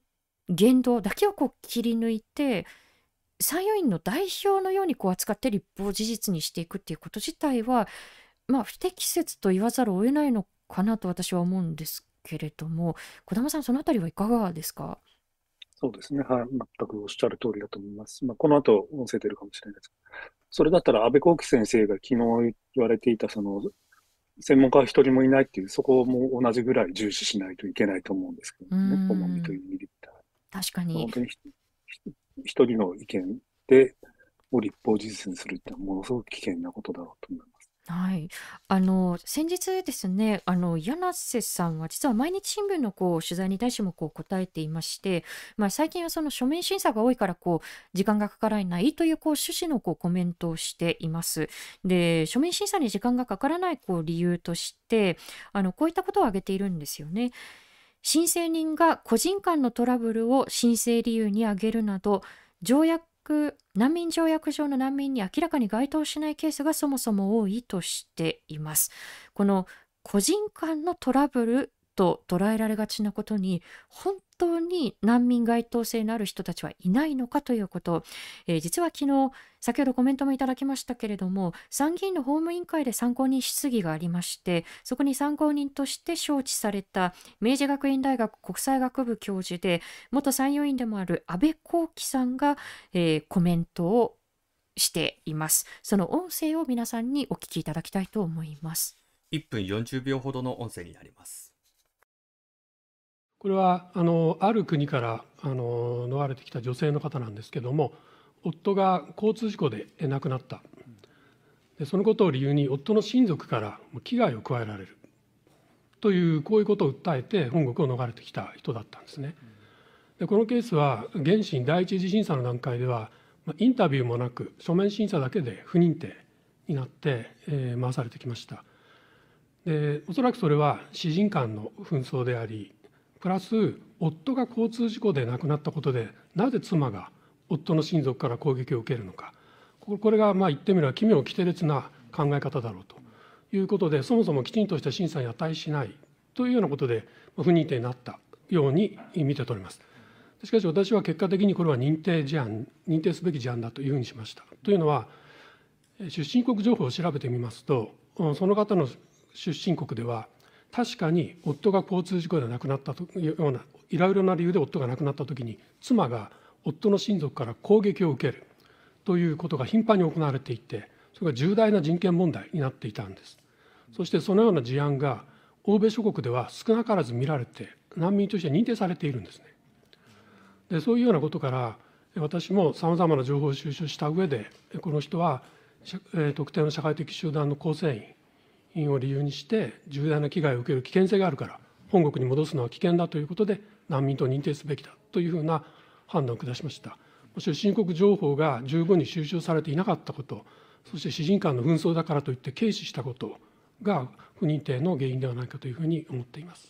言動だけをこう切り抜いて、参与員の代表のようにこう扱って立法事実にしていくっていうこと自体は、まあ、不適切と言わざるを得ないのかなと私は思うんですけれども、児玉さん、そのあたりはいかがですか？ そうですね。はい。全くおっしゃる通りだと思います。まあ、この後、音声出るかもしれないです。それだったら、安倍幸喜先生が昨日言われていた、その、専門家は一人もいないっていう、そこも同じぐらい重視しないといけないと思うんですけうーどね。重みといん、 う意味で言ったら。 確かに。 本当にひひ一人の意見で、を立法事実にするってのはものすごく危険なことだろうと思います。 はい、あの先日ですね、あの柳瀬さんは実は毎日新聞のこう取材に対してもこう答えていまして、まあ、最近はその書面審査が多いからこう時間がかからないというこう趣旨のこうコメントをしています。で、書面審査に時間がかからないこう理由として、あのこういったことを挙げているんですよね。申請人が個人間のトラブルを申請理由に挙げるなど、条約難民条約上の難民に明らかに該当しないケースがそもそも多いとしています。この個人間のトラブルと捉えられがちなことに、本当に難民該当性のある人たちはいないのかということ、えー実は昨日先ほどコメントもいただきましたけれども、参議院の法務委員会で参考人質疑がありまして、そこに参考人として招致された明治学院大学国際学部教授で元参与員でもある安倍幸喜さんが、えーコメントをしています。その音声を皆さんにお聞きいただきたいと思います。 いっぷんよんじゅうびょうほどの音声になります。 これはあのある国からあの逃れてきた女性の方なんですけども、夫が交通事故で亡くなった。でそのことを理由に夫の親族から危害を加えられるという、こういうことを訴えて本国を逃れてきた人だったんですね。でこのケースは原審第一次審査の段階ではインタビューもなく書面審査だけで不認定になって、えー回されてきました。でおそらくそれは私人間の紛争であり、プラス夫が交通事故で亡くなったことで、なぜ妻が夫の親族から攻撃を受けるのか、ここれがまあ言ってみれば奇妙奇天烈な考え方だろうということで、そもそもきちんとした審査に値しないというようなことで不認定になったように見て取れます。しかし私は結果的にこれは認定事案、認定すべき事案だというふうにしました。というのは、出身国情報を調べてみますと、その方の出身国では確かに夫が交通事故で亡くなったというようないろいろな理由で夫が亡くなったときに、妻が夫の親族から攻撃を受けるということが頻繁に行われていて、それが重大な人権問題になっていたんです。そしてそのような事案が欧米諸国では少なからず見られて、難民として認定されているんですね。でそういうようなことから、私もさまざまな情報を収集した上で、この人は特定の社会的集団の構成員を理由にして重大な危害を受ける危険性があるから、本国に戻すのは危険だということで難民と認定すべきだというふうな判断を下しました。出身国情報が十分に収集されていなかったこと、そして私人間の紛争だからといって軽視したことが不認定の原因ではないかというふうに思っています。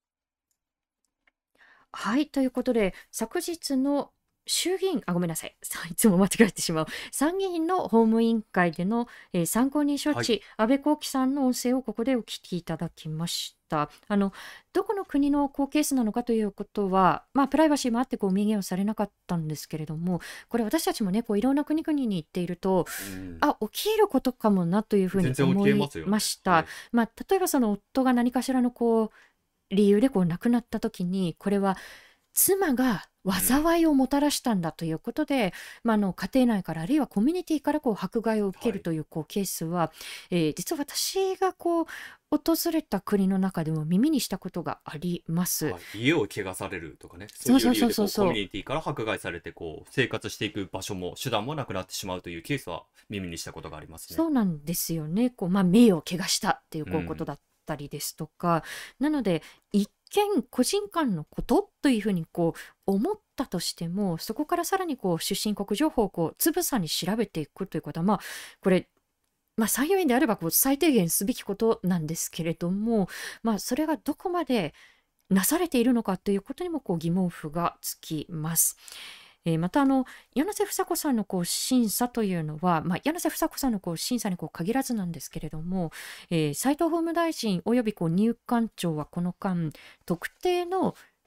はい、ということで、昨日の衆議院、あ、ごめんなさい、さいつも間違えてしまう、参議院の法務委員会での、えー参考人処はい。 置、安倍幸喜さんの音声をここでお聞きいただきました。あのどこの国のこうケースなのかということは、まあ、プライバシーもあってこう明言をされなかったんですけれども、これ私たちもね、こういろんな国々に行っていると、 うん。 あ、起きることかもなというふうに全然起きえま思いすよね。 ました。 はい。 まあ、例えばその夫が何かしらのこう理由でこう亡くなった時に、これは妻がうん。 災いをもたらしたんだということで、まあ、あの家庭内からあるいはコミュニティからこう迫害を受けはい。 るというこうケースは、えー実は私がこう訪れた国の中でも耳にしたことがあります。 はい、家を汚されるとかね、そそうういうそう理由でこうコミュそうそうそう。 ニティから迫害されてこう生活していく場所も手段もなくなってしまうというケースは耳にしたことがありますね。 そうなんですよね。こう、まあ、名誉を汚したっていううこうことん。 だったりですとか、なので一見個人間のことというふうにこう思ったとしても、そこからさらにこう出身国情報をこうつぶさに調べていくということは、まあこれ、まあ、参与員であればこう最低限すべきことなんですけれども、まあ、それがどこまでなされているのかということにもこう疑問符がつきます。えーまたあの柳瀬房子さんのこう審査というのは、まあ、柳瀬房子さんのこう審査にこう限らずなんですけれども、えー斉藤法務大臣およびこう入管庁はこの間、特定の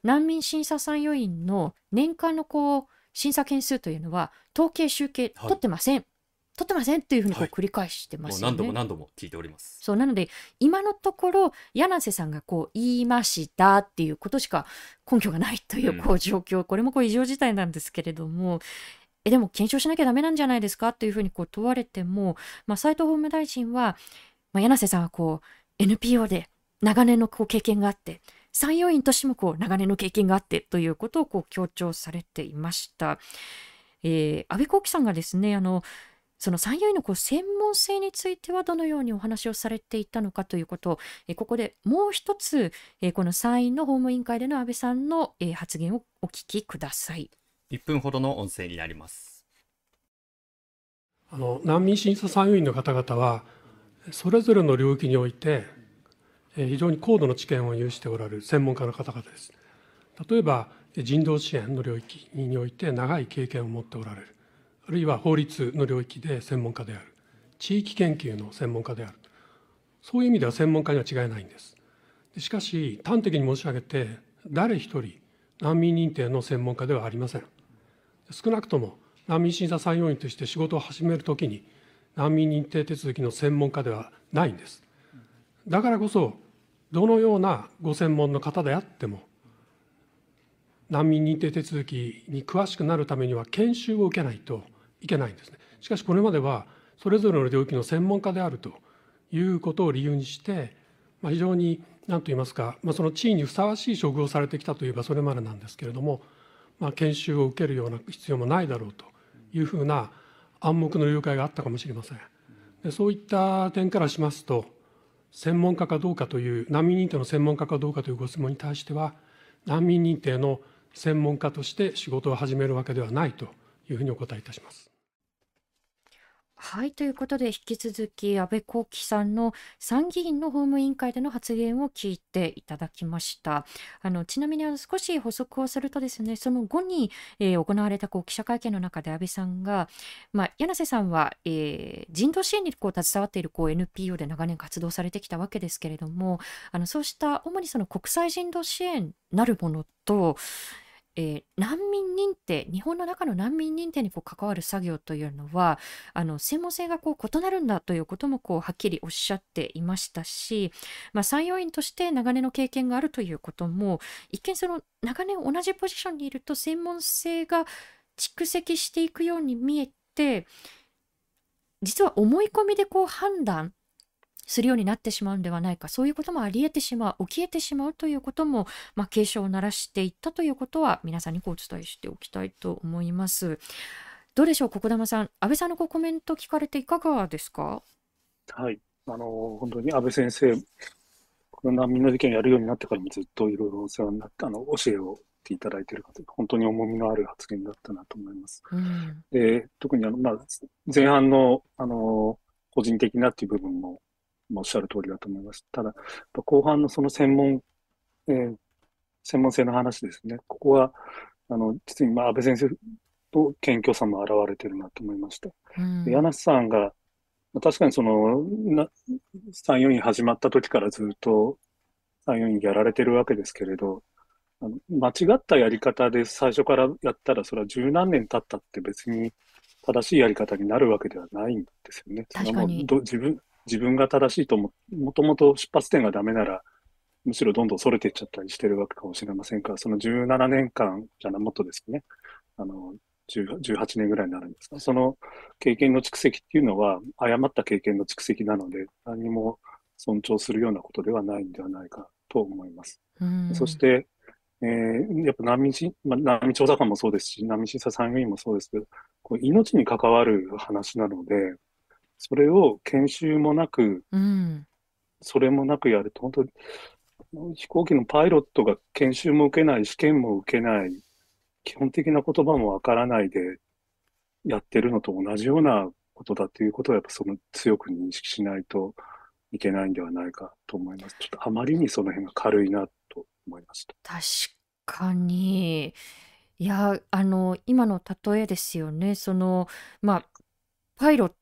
難民審査参与員の年間のこう審査件数というのは統計集計はい。 取ってません取ってませんっていうふうにこうはい。 繰り返してまもうすよ何度もね。 何度も聞いております。 そうなので今のところ柳瀬さんがこう言いましたっていうことしか根拠がないといううんこう状況、これもこう異常事態なんですけれども、えでも検証しなきゃダメなんじゃないですかというふうにこう問われても、まあ、斉藤法務大臣は、まあ、柳瀬さんはこう エヌピーオー で長年のこう経験があって参与員としてもこう長年の経験があってということをこう強調されていました。えー安倍幸樹さんがですねあのその参与員のこう専門性についてはどのようにお話をされていたのかということを、えーここでもう一つ、えーこの参院の法務委員会での安倍さんの、えー発言をお聞きください。 いっぷんほどの音声になります。 あの難民審査参与員の方々は、それぞれの領域において、えー非常に高度の知見を有しておられる専門家の方々です。例えば、人道支援の領域において長い経験を持っておられる、あるいは法律の領域で専門家である、地域研究の専門家である、そういう意味では専門家には違いないんです。しかし、端的に申し上げて、誰一人難民認定の専門家ではありません。少なくとも難民審査参与員として仕事を始めるときに、難民認定手続きの専門家ではないんです。だからこそ、どのようなご専門の方であっても、難民認定手続きに詳しくなるためには研修を受けないといけないんですね。しかしこれまではそれぞれの領域の専門家であるということを理由にして、まあ、非常に何と言いますか、まあ、その地位にふさわしい処遇をされてきたといえばそれまでなんですけれども、まあ、研修を受けるような必要もないだろうというふうな暗黙の了解があったかもしれません。でそういった点からしますと、専門家かどうかという、難民認定の専門家かどうかというご質問に対しては、難民認定の専門家として仕事を始めるわけではないというふうにお答えいたします。 はい、ということで引き続き安倍幸樹さんの参議院の法務委員会での発言を聞いていただきました。あのちなみにあの少し補足をするとですね、その後に、えー行われたこう記者会見の中で安倍さんが、まあ、柳瀬さんは、えー人道支援にこう携わっているこう エヌピーオー で長年活動されてきたわけですけれども、あのそうした主にその国際人道支援なるものと、えー難民認定、日本の中の難民認定にこう関わる作業というのは、あの専門性がこう異なるんだということもこうはっきりおっしゃっていましたし、まあ、参与員として長年の経験があるということも、一見その長年同じポジションにいると専門性が蓄積していくように見えて、実は思い込みでこう判断するようになってしまうんではないか、そういうこともあり得てしまう、起き得てしまうということも、まあ、警鐘を鳴らしていったということは皆さんにこうお伝えしておきたいと思います。どうでしょう、小玉さん、安倍さんのこうコメント聞かれていかがですか？ はい。あの、本当に安倍先生、この難民の事件をやるようになってからもずっといろいろお世話になって、あの、教えをっていただいている方、本当に重みのある発言だったなと思います。 うんで、特にあの、まあ、前半の、あの、個人的なっていう部分も、まあおっしゃる通りだと思います。ただ、やっぱ後半のその専門、えー専門性の話ですね。ここは、あの、実に、まあ、安倍先生と謙虚さも現れてるなと思いました。 うで、 ん柳瀬さんが、まあ確かにその、な、参与員始まった時からずっと参与員やられてるわけですけれど、あの、間違ったやり方で最初からやったら、それは十何年経ったって別に正しいやり方になるわけではないんですよね。それはもう確かに。 ど、自分、自分が正しいとも、もともと出発点がダメなら、むしろどんどん逸れていっちゃったりしてるわけかもしれませんから、そのじゅうななねんかんじゃな、もっとですね。あの、じゅう、じゅうはちねんぐらいになるんですが、その経験の蓄積っていうのは、誤った経験の蓄積なので、何にも尊重するようなことではないんではないかと思います。 うんそして、えーやっぱ難民し、まあ、難民調査官もそうですし、難民審査参与員もそうですけど、こう命に関わる話なので、それを研修もなく、 うんそれもなくやると、本当に飛行機のパイロットが研修も受けない、試験も受けない、基本的な言葉もわからないでやってるのと同じようなことだということをやっぱその強く認識しないといけないんではないかと思います。ちょっとあまりにその辺が軽いなと思いました。 確かに。いや、あの、今の例えですよね。その、まあ、パイロッ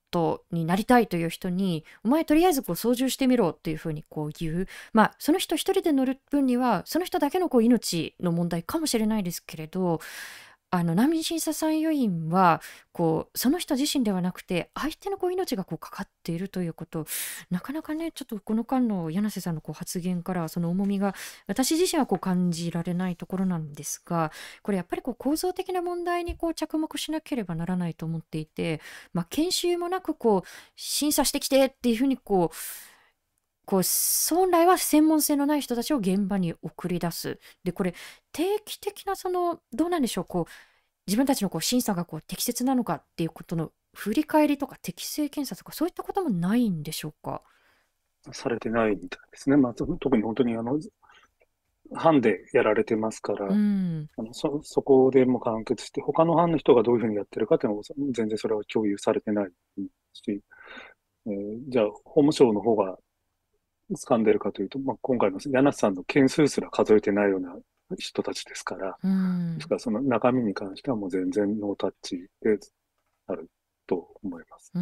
トになりたいという人に、お前とりあえずこう操縦してみろっていうふうにこう言う。まあ、その人一人で乗る分には、その人だけのこう命の問題かもしれないですけれど、あの難民審査参与員はこうその人自身ではなくて相手のこう命がこうかかっているということ、なかなかねちょっとこの間の柳瀬さんのこう発言からその重みが私自身はこう感じられないところなんですが、これやっぱりこう構造的な問題にこう着目しなければならないと思っていて、まあ、研修もなくこう審査してきてっていうふうにこうこう本来は専門性のない人たちを現場に送り出す。でこれ定期的なそのどうなんでしょう、こう自分たちのこう審査がこう適切なのかっていうことの振り返りとか適正検査とかそういったこともないんでしょうか。 されてないみたいですね。まあ、と特に本当にあの、班でやられてますかうら、 ん、 あのそ、そこでもう完結して、他の班の人がどういうふうにやってるかっていうのも全然それは共有されてないし、えーじゃあ法務省の方が掴んでるかというと、まあ、今回の柳瀬さんの件数すら数えてないような人たちですから、 うですかん、 らその中身に関してはもう全然ノータッチであると思います。 うん。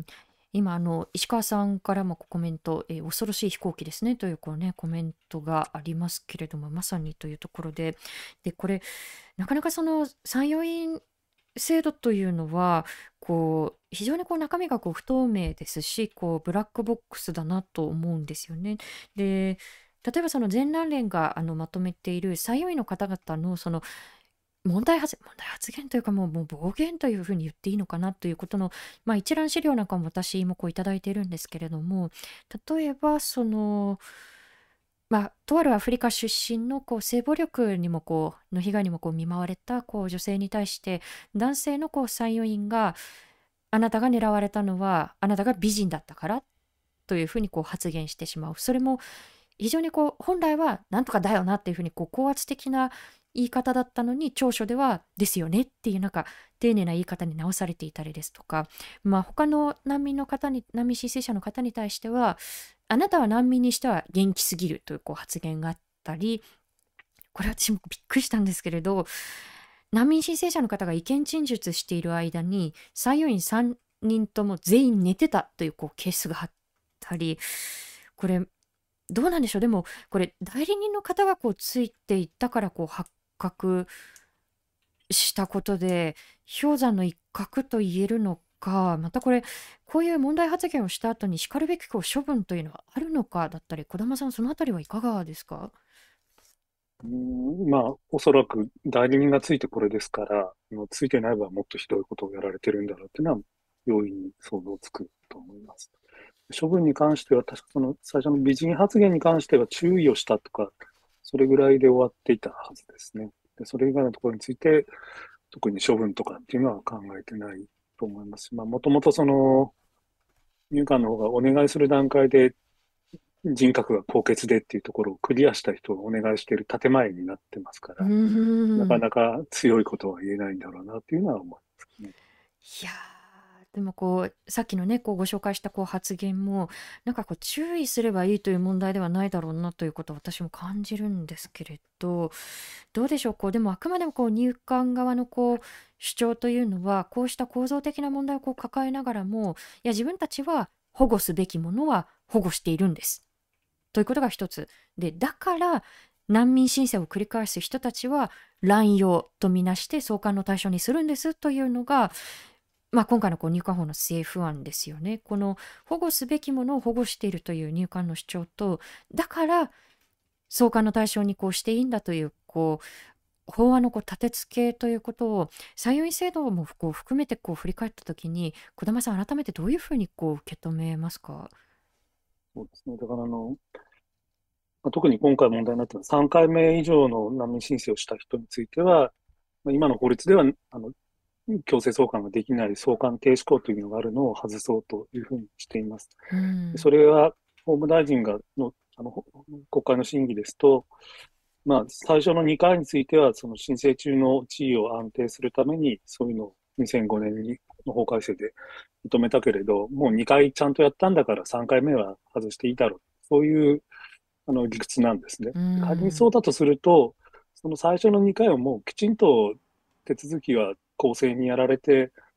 今あの石川さんからもコメント、えー恐ろしい飛行機ですねというこう、ね、コメントがありますけれども、まさにというところで、でこれなかなかその参与員制度というのはこう非常にこう中身がこう不透明ですし、こうブラックボックスだなと思うんですよね。で例えばその全南連があのまとめている参与員の方々のその問題発問題発言というかもう、もう暴言というふうに言っていいのかなということの、まあ、一覧資料なんかも私もこういただいているんですけれども、例えばそのまあ、とあるアフリカ出身のこう性暴力にもこうの被害にもこう見舞われたこう女性に対して男性のこう参与員が、あなたが狙われたのはあなたが美人だったからというふうにこう発言してしまう。それも非常にこう本来はなんとかだよなっていうふうにこう高圧的な言い方だったのに、長所ではですよねっていうなんか丁寧な言い方に直されていたりですとか、まあ、他の難民の方に難民申請者の方に対してはあなたは難民にしては元気すぎるというこう発言があったり、これ私もびっくりしたんですけれど、難民申請者の方が意見陳述している間に参与員さんにんとも全員寝てたというこうケースがあったり、これどうなんでしょう。でもこれ代理人の方がこうついていったからこう発覚したことで氷山の一角と言えるのか、またこれこういう問題発言をした後にしかるべきこう処分というのはあるのかだったり、児玉さんそのあたりはいかがですか。 うーんまあ、おそらく代理人がついてこれですから、あのついてない場合はもっとひどいことをやられてるんだろうっていうのは、容易に想像つくと思います。処分に関しては、確かその最初の美人発言に関しては注意をしたとか、それぐらいで終わっていたはずですね。でそれ以外のところについて、特に処分とかっていうのは考えてないと思いますし、まあ、もともとその、入管の方がお願いする段階で人格が高潔でっていうところをクリアした人をお願いしている建前になってますかうーら、なかんなか強いことは言えないんだろうなっていうのは思いますね。 いやーでもこうさっきのねこうご紹介したこう発言もなんかこう注意すればいいという問題ではないだろうなということを私も感じるんですけれど、どうでしょう。こうでもあくまでもこう入管側のこう主張というのはこうした構造的な問題をこう抱えながらも、いや自分たちは保護すべきものは保護しているんですということが一つで、だから難民申請を繰り返す人たちは乱用とみなして送還の対象にするんですというのが、まあ、今回のこう入管法の政府案ですよね。この保護すべきものを保護しているという入管の主張と、だから送還の対象にこうしていいんだというこう法案のこう立て付けということを参与員制度もこう含めてこう振り返ったときに、児玉さん改めてどういうふうにこう受け止めますか。 そうですね。だからあの、まあ特に今回問題になっているのはさんかいめ以上の難民申請をした人については、まあ今の法律ではあの強制送還ができない送還停止項というのがあるのを外そうというふうにしています。 うんでそれは法務大臣がのあのほ国会の審議ですと、まあ、最初のにかいについては、その申請中の地位を安定するために、そういうのをにせんごねんにの法改正で認めたけれど、もうにかいちゃんとやったんだからさんかいめは外していいだろう。そういうあの理屈なんですね。 うん仮にそうだとすると、その最初のにかいをもうきちんと手続きは公正にやられて、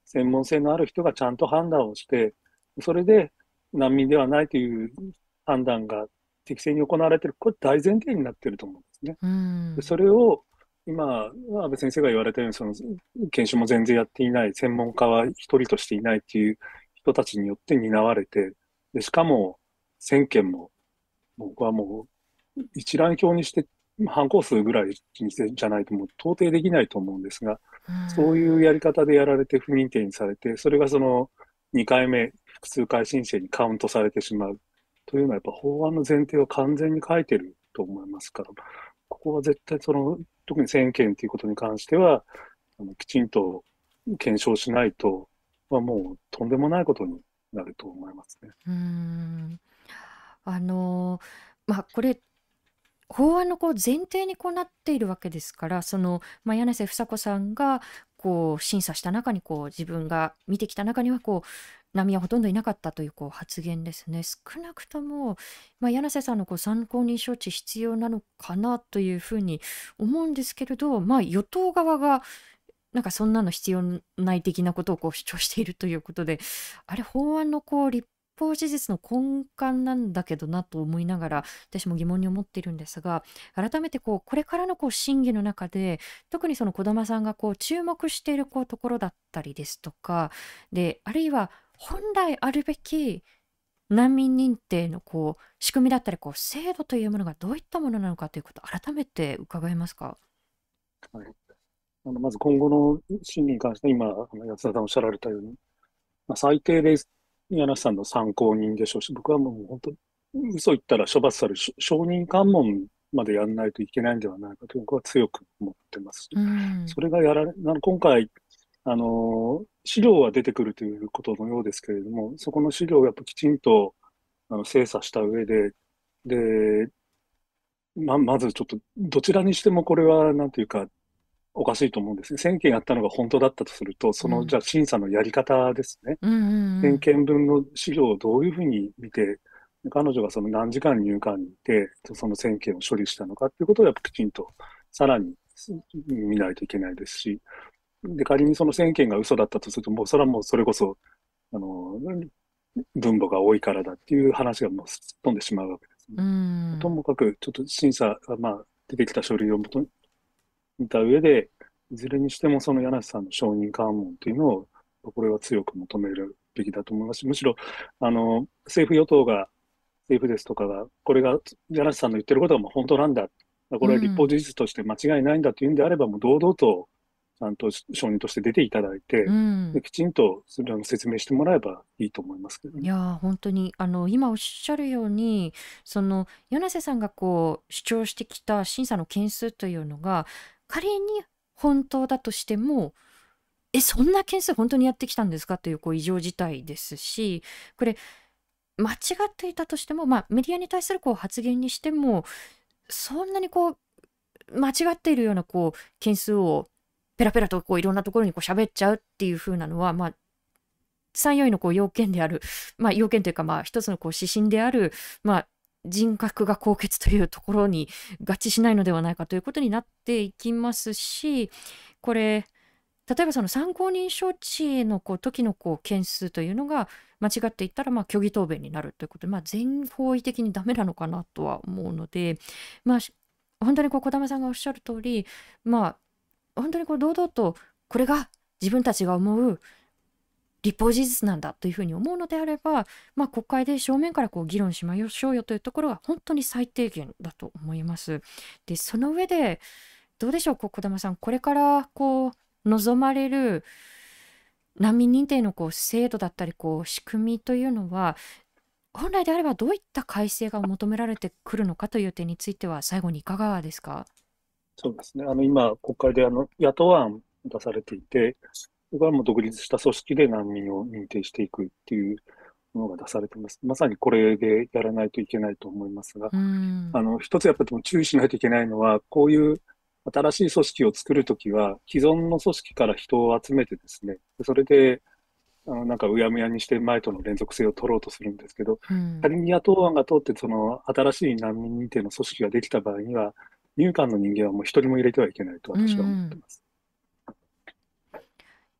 専門性のある人がちゃんと判断をして、それで難民ではないという判断が適正に行われている、これ大前提になっていると思うんですね。 うでん。 それを今、安倍先生が言われたように、その研修も全然やっていない、専門家は一人としていないという人たちによって担われて、でしかも選挙も、僕はもう一覧表にして、半コースぐらいじゃないともう到底できないと思うんですが、そういうやり方でやられて不認定にされて、それがそのにかいめ、複数回申請にカウントされてしまうというのは、やっぱ法案の前提を完全に書いてると思いますから、ここは絶対その、特に選挙ということに関しては、あのきちんと検証しないと、まあ、もうとんでもないことになると思いますね。 うーん。あの、まあ、これ、法案のこう前提にこうなっているわけですから、その、まあ、柳瀬房子さんがこう審査した中にこう自分が見てきた中にはこう波はほとんどいなかったというこう発言ですね。少なくとも、まあ、柳瀬さんのこう参考人招致必要なのかなというふうに思うんですけれど、まあ、与党側がなんかそんなの必要ない的なことをこう主張しているということで、あれ法案のこう立法事実の根幹なんだけどなと思いながら、私も疑問に思っているんですが、改めてこうこれからのこう審議の中で、特にその児玉さんがこう注目しているこうところだったりですとか、で、あるいは本来あるべき難民認定のこう仕組みだったりこう制度というものがどういったものなのかということを改めて伺えますか。 はい、あのまず今後の審議に関して、今、あの安田さんおっしゃられたように、まあ、最低で柳さんの参考人でしょうし、僕はもう本当、嘘言ったら処罰されるし証人喚問までやらないといけないんではないかという僕は強く思ってますし、 うん。 それがやられ、あの今回、あの、資料は出てくるということのようですけれども、そこの資料をやっぱきちんとあの精査した上で、で、ま、まずちょっと、どちらにしてもこれは、なんていうか、おかしいと思うんですね。せんけんやったのが本当だったとすると、その、じゃあ審査のやり方ですね。 うんうんうせんん。 けんぶんの資料をどういうふうに見て、彼女がその何時間入管にいて、そのせんけんを処理したのかっていうことをやっぱきちんとさらに見ないといけないですし、で、仮にそのせんけんが嘘だったとすると、もうそれはもうそれこそ、あの、分母が多いからだっていう話がもうすっ飛んでしまうわけですうね。とん。 もかく、ちょっと審査が、まあ、出てきた書類をもとに見た上で、いずれにしてもその柳瀬さんの証人喚問というのを、これは強く求めるべきだと思いますし、むしろ、あの、政府与党が、政府ですとかが、これが柳瀬さんの言ってることはもう本当なんだ。これは立法事実として間違いないんだというんであれば、もう堂々と、ちゃんと証人として出ていただいて、 うんできちんとそれを説明してもらえばいいと思いますけどね。 いやー本当にあの今おっしゃるように、その柳瀬さんがこう主張してきた審査の件数というのが仮に本当だとしても、えそんな件数本当にやってきたんですかというこう異常事態ですし、これ間違っていたとしても、まあ、メディアに対するこう発言にしても、そんなにこう間違っているようなこう件数をペラペラとこういろんなところにこう喋っちゃうっていう風なのは、まあ、参与員のこう要件である、まあ、要件というか、まあ、一つのこう指針である、まあ、人格が高潔というところに合致しないのではないかということになっていきますし、これ例えばその参考人招致のこう時のこう件数というのが間違っていったら、まあ虚偽答弁になるということで、まあ、全方位的にダメなのかなとは思うので、まあ、本当にこう児玉さんがおっしゃる通り、まあ、本当にこう堂々とこれが自分たちが思う立法事実なんだというふうに思うのであれば、まあ、国会で正面からこう議論しましょうよというところが本当に最低限だと思います。で、その上でどうでしょう、こう児玉さん、これからこう望まれる難民認定のこう制度だったりこう仕組みというのは、本来であればどういった改正が求められてくるのかという点については最後にいかがですか。 そうですね。あの、今、国会であの野党案出されていて、それからもう独立した組織で難民を認定していくっていうものが出されています。まさにこれでやらないといけないと思いますが、 うんあの、一つやっぱり注意しないといけないのは、こういう新しい組織を作るときは、既存の組織から人を集めてですね、それで、あの、なんかうやむやにして前との連続性を取ろうとするんですけど、 うん仮に野党案が通って、その新しい難民認定の組織ができた場合には、入管の人間はもう一人も入れてはいけないとうんう私は思ってんます。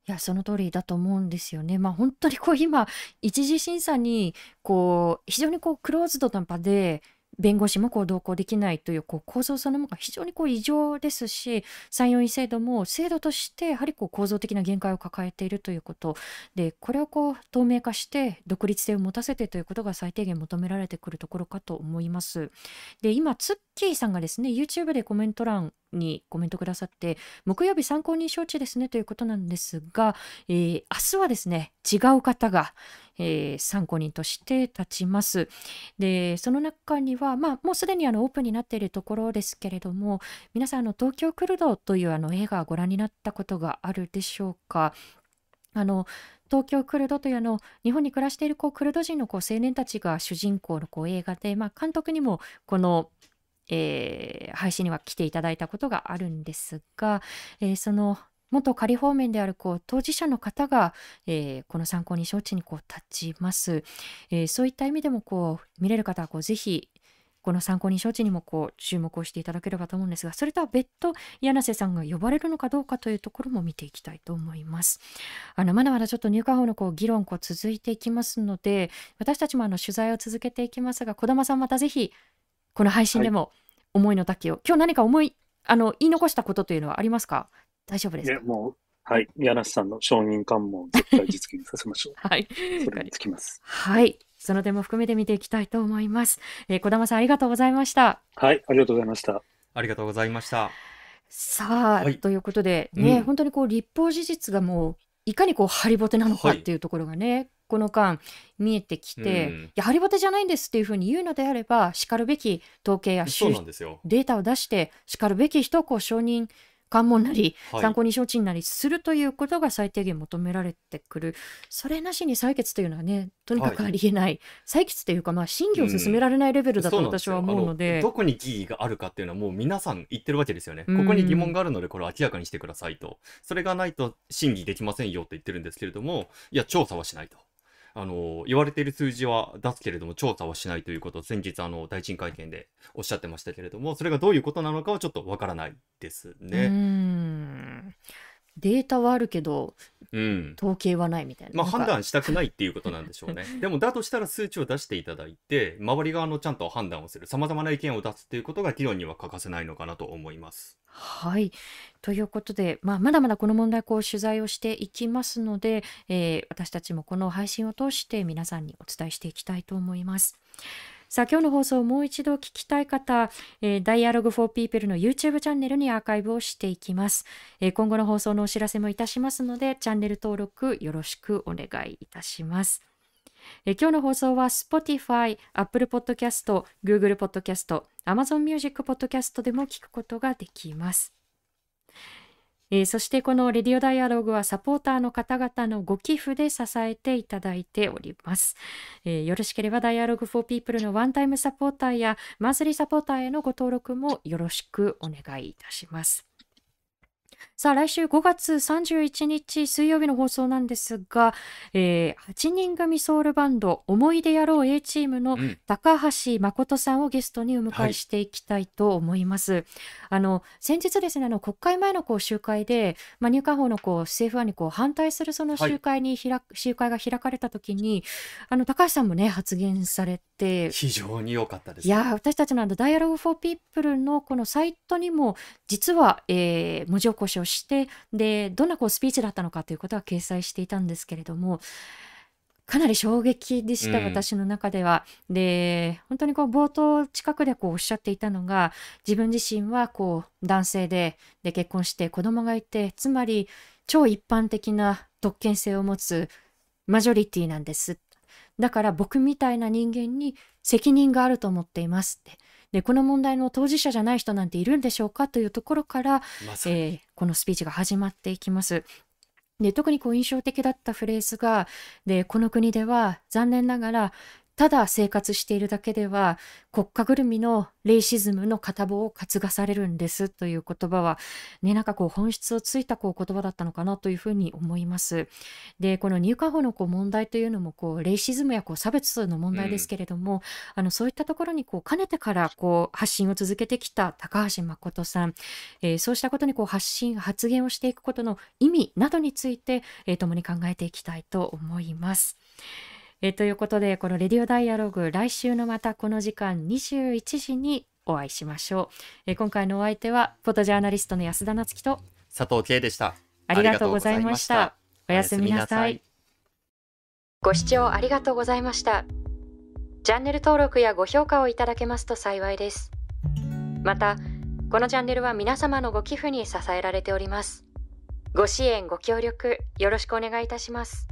いや、その通りだと思うんですよね。まあ、本当にこう今、一次審査にこう非常にこうクローズドな場で、弁護士もこう同行できないというこう構造そのものが非常にこう異常ですし、参与員制度も制度としてやはりこう構造的な限界を抱えているということで、これをこう透明化して独立性を持たせてということが最低限求められてくるところかと思います。で、今、ツッキーさんがですね、YouTube でコメント欄にコメントくださって、木曜日参考人招致ですねということなんですが、えー明日はですね、違う方が、えー参考人として立ちます。で、その中には、まあ、もうすでにあのオープンになっているところですけれども、皆さん、あの東京クルドというあの映画をご覧になったことがあるでしょうか。あの東京クルドというあの日本に暮らしているこうクルド人のこう青年たちが主人公のこう映画で、まあ、監督にもこの、えー配信には来ていただいたことがあるんですが、えーその元仮放免であるこう当事者の方が、えーこの参考人招致にこう立ちます。えーそういった意味でもこう見れる方はこうぜひこの参考人招致にもこう注目をしていただければと思うんですが、それとは別途柳瀬さんが呼ばれるのかどうかというところも見ていきたいと思います。あのまだまだちょっと入管法のこう議論こう続いていきますので、私たちもあの取材を続けていきますが、児玉さんまたぜひこの配信はい。 でも思いの丈を、今日何か思いあの言い残したことというのはありますか？大丈夫ですね、 か？ もう、はい。柳瀬さんの承認喚問を絶対実現させましょう。 はい。 それにつきます。 はい。その点も含めて見ていきたいと思います。えー、児玉さんありがとうございました。 はい。ありがとうございました。 ありがとうございました。 さあ、 はい。 ということでうね、 ん。 本当にこう立法事実がもういかにこうハリボテなのかはい。 っていうところがね、この間見えてきうて、いん。 や、ハリボテじゃないんですっていうふうに言うのであれば、しかるべき統計やそう収なんですよ。 データを出して、しかるべき人をこう承認喚問なり、 はい。 参考人招致なりするということが最低限求められてくる。それなしに採決というのはね、とにかはい。 くありえない。採決というか、まあ、審議うを進めん。 られないレベルだとそうなんですよ。あ私は思うのの、 で、 どこに疑義があるかっていうのはもう皆さん言ってるわけですよね。 うここに疑問ん、 があるのでこれを明らかにしてくださいと。それがないと審議できませんよって言ってるんですけれども、いや、調査はしないと。あの、言われている数字は出すけれども、調査はしないということを先日、あの、大臣会見でおっしゃってましたけれども、それがどういうことなのかはちょっとわからないですうーね。 ん、データはあるけど、 うん。 統計はないみたいな。 まあなんか、 判断したくないっていうことなんでしょうね。でもだとしたら数値を出していただいて、周り側のちゃんと判断をする、様々な意見を出すっていうことが議論には欠かせないのかなと思います。 はい。ということで、まあ、まだまだこの問題こう取材をしていきますので、えー私たちもこの配信を通して皆さんにお伝えしていきたいと思います。さあ、今日の放送をもう一度聞きたい方、えー、Dialogue for People の YouTube チャンネルにアーカイブをしていきます。えー今後の放送のお知らせもいたしますので、チャンネル登録よろしくお願いいたします。えー今日の放送は Spotify、Apple Podcast、Google Podcast、Amazon Music Podcast でも聞くことができます。えーそしてこのレディオダイアログはサポーターの方々のご寄付で支えていただいております。えーよろしければダイアログフォーピープルのワンタイムサポーターやマンスリーサポーターへのご登録もよろしくお願いいたします。さあ、来週ごがつさんじゅういちにち水曜日の放送なんですが、えーはちにん組ソウルバンド思い出やろう A チームのうん。 高橋誠さんをゲストにお迎はい。 えしていきたいと思います。あの先日ですね、あの国会前のこう集会で、まあ、入管法のこう政府案にこう反対するその集はい。 会に開く集会が開かれたときに、あの高橋さんもね発言されて、 非常に良かったでいやー、 す。 私たちのあの Dialogue for People のこのサイトにも実は、えー文字起こしをして、でどんなこうスピーチだったのかということは掲載していたんですけれども、かなり衝撃でした、 うん。 私の中では。で、本当にこう冒頭近くでこうおっしゃっていたのが、自分自身はこう男性で、で結婚して子供がいて、つまり超一般的な特権性を持つマジョリティなんです。だから僕みたいな人間に責任があると思っていますって。で、この問題の当事者じゃない人なんているんでしょうかというところから、 まさえーに。 このスピーチが始まっていきます。で、特にこう印象的だったフレーズが、で、この国では残念ながらただ生活しているだけでは国家ぐるみのレイシズムの片棒を担がされるんですという言葉はね、なんかこう本質をついたこう言葉だったのかなというふうに思います。で、この入管法のこう問題というのもこうレイシズムやこう差別の問題ですけれども、あのそういったところにこうかねてからこう発信を続けてきた高橋誠さん、えーそうしたことにこう発信発言をしていくことの意味などについて、えー共に考えていきたいと思います。えーということで、このレディオダイアログ、来週のまたこの時間にじゅういちじにお会いしましょう。えー今回のお相手はフォトジャーナリストの安田なつきと佐藤圭でした。 ありがとうございました。おやすみなさい。ご視聴ありがとうございました。チャンネル登録やご評価をいただけますと幸いです。また、このチャンネルは皆様のご寄付に支えられております。ご支援ご協力よろしくお願いいたします。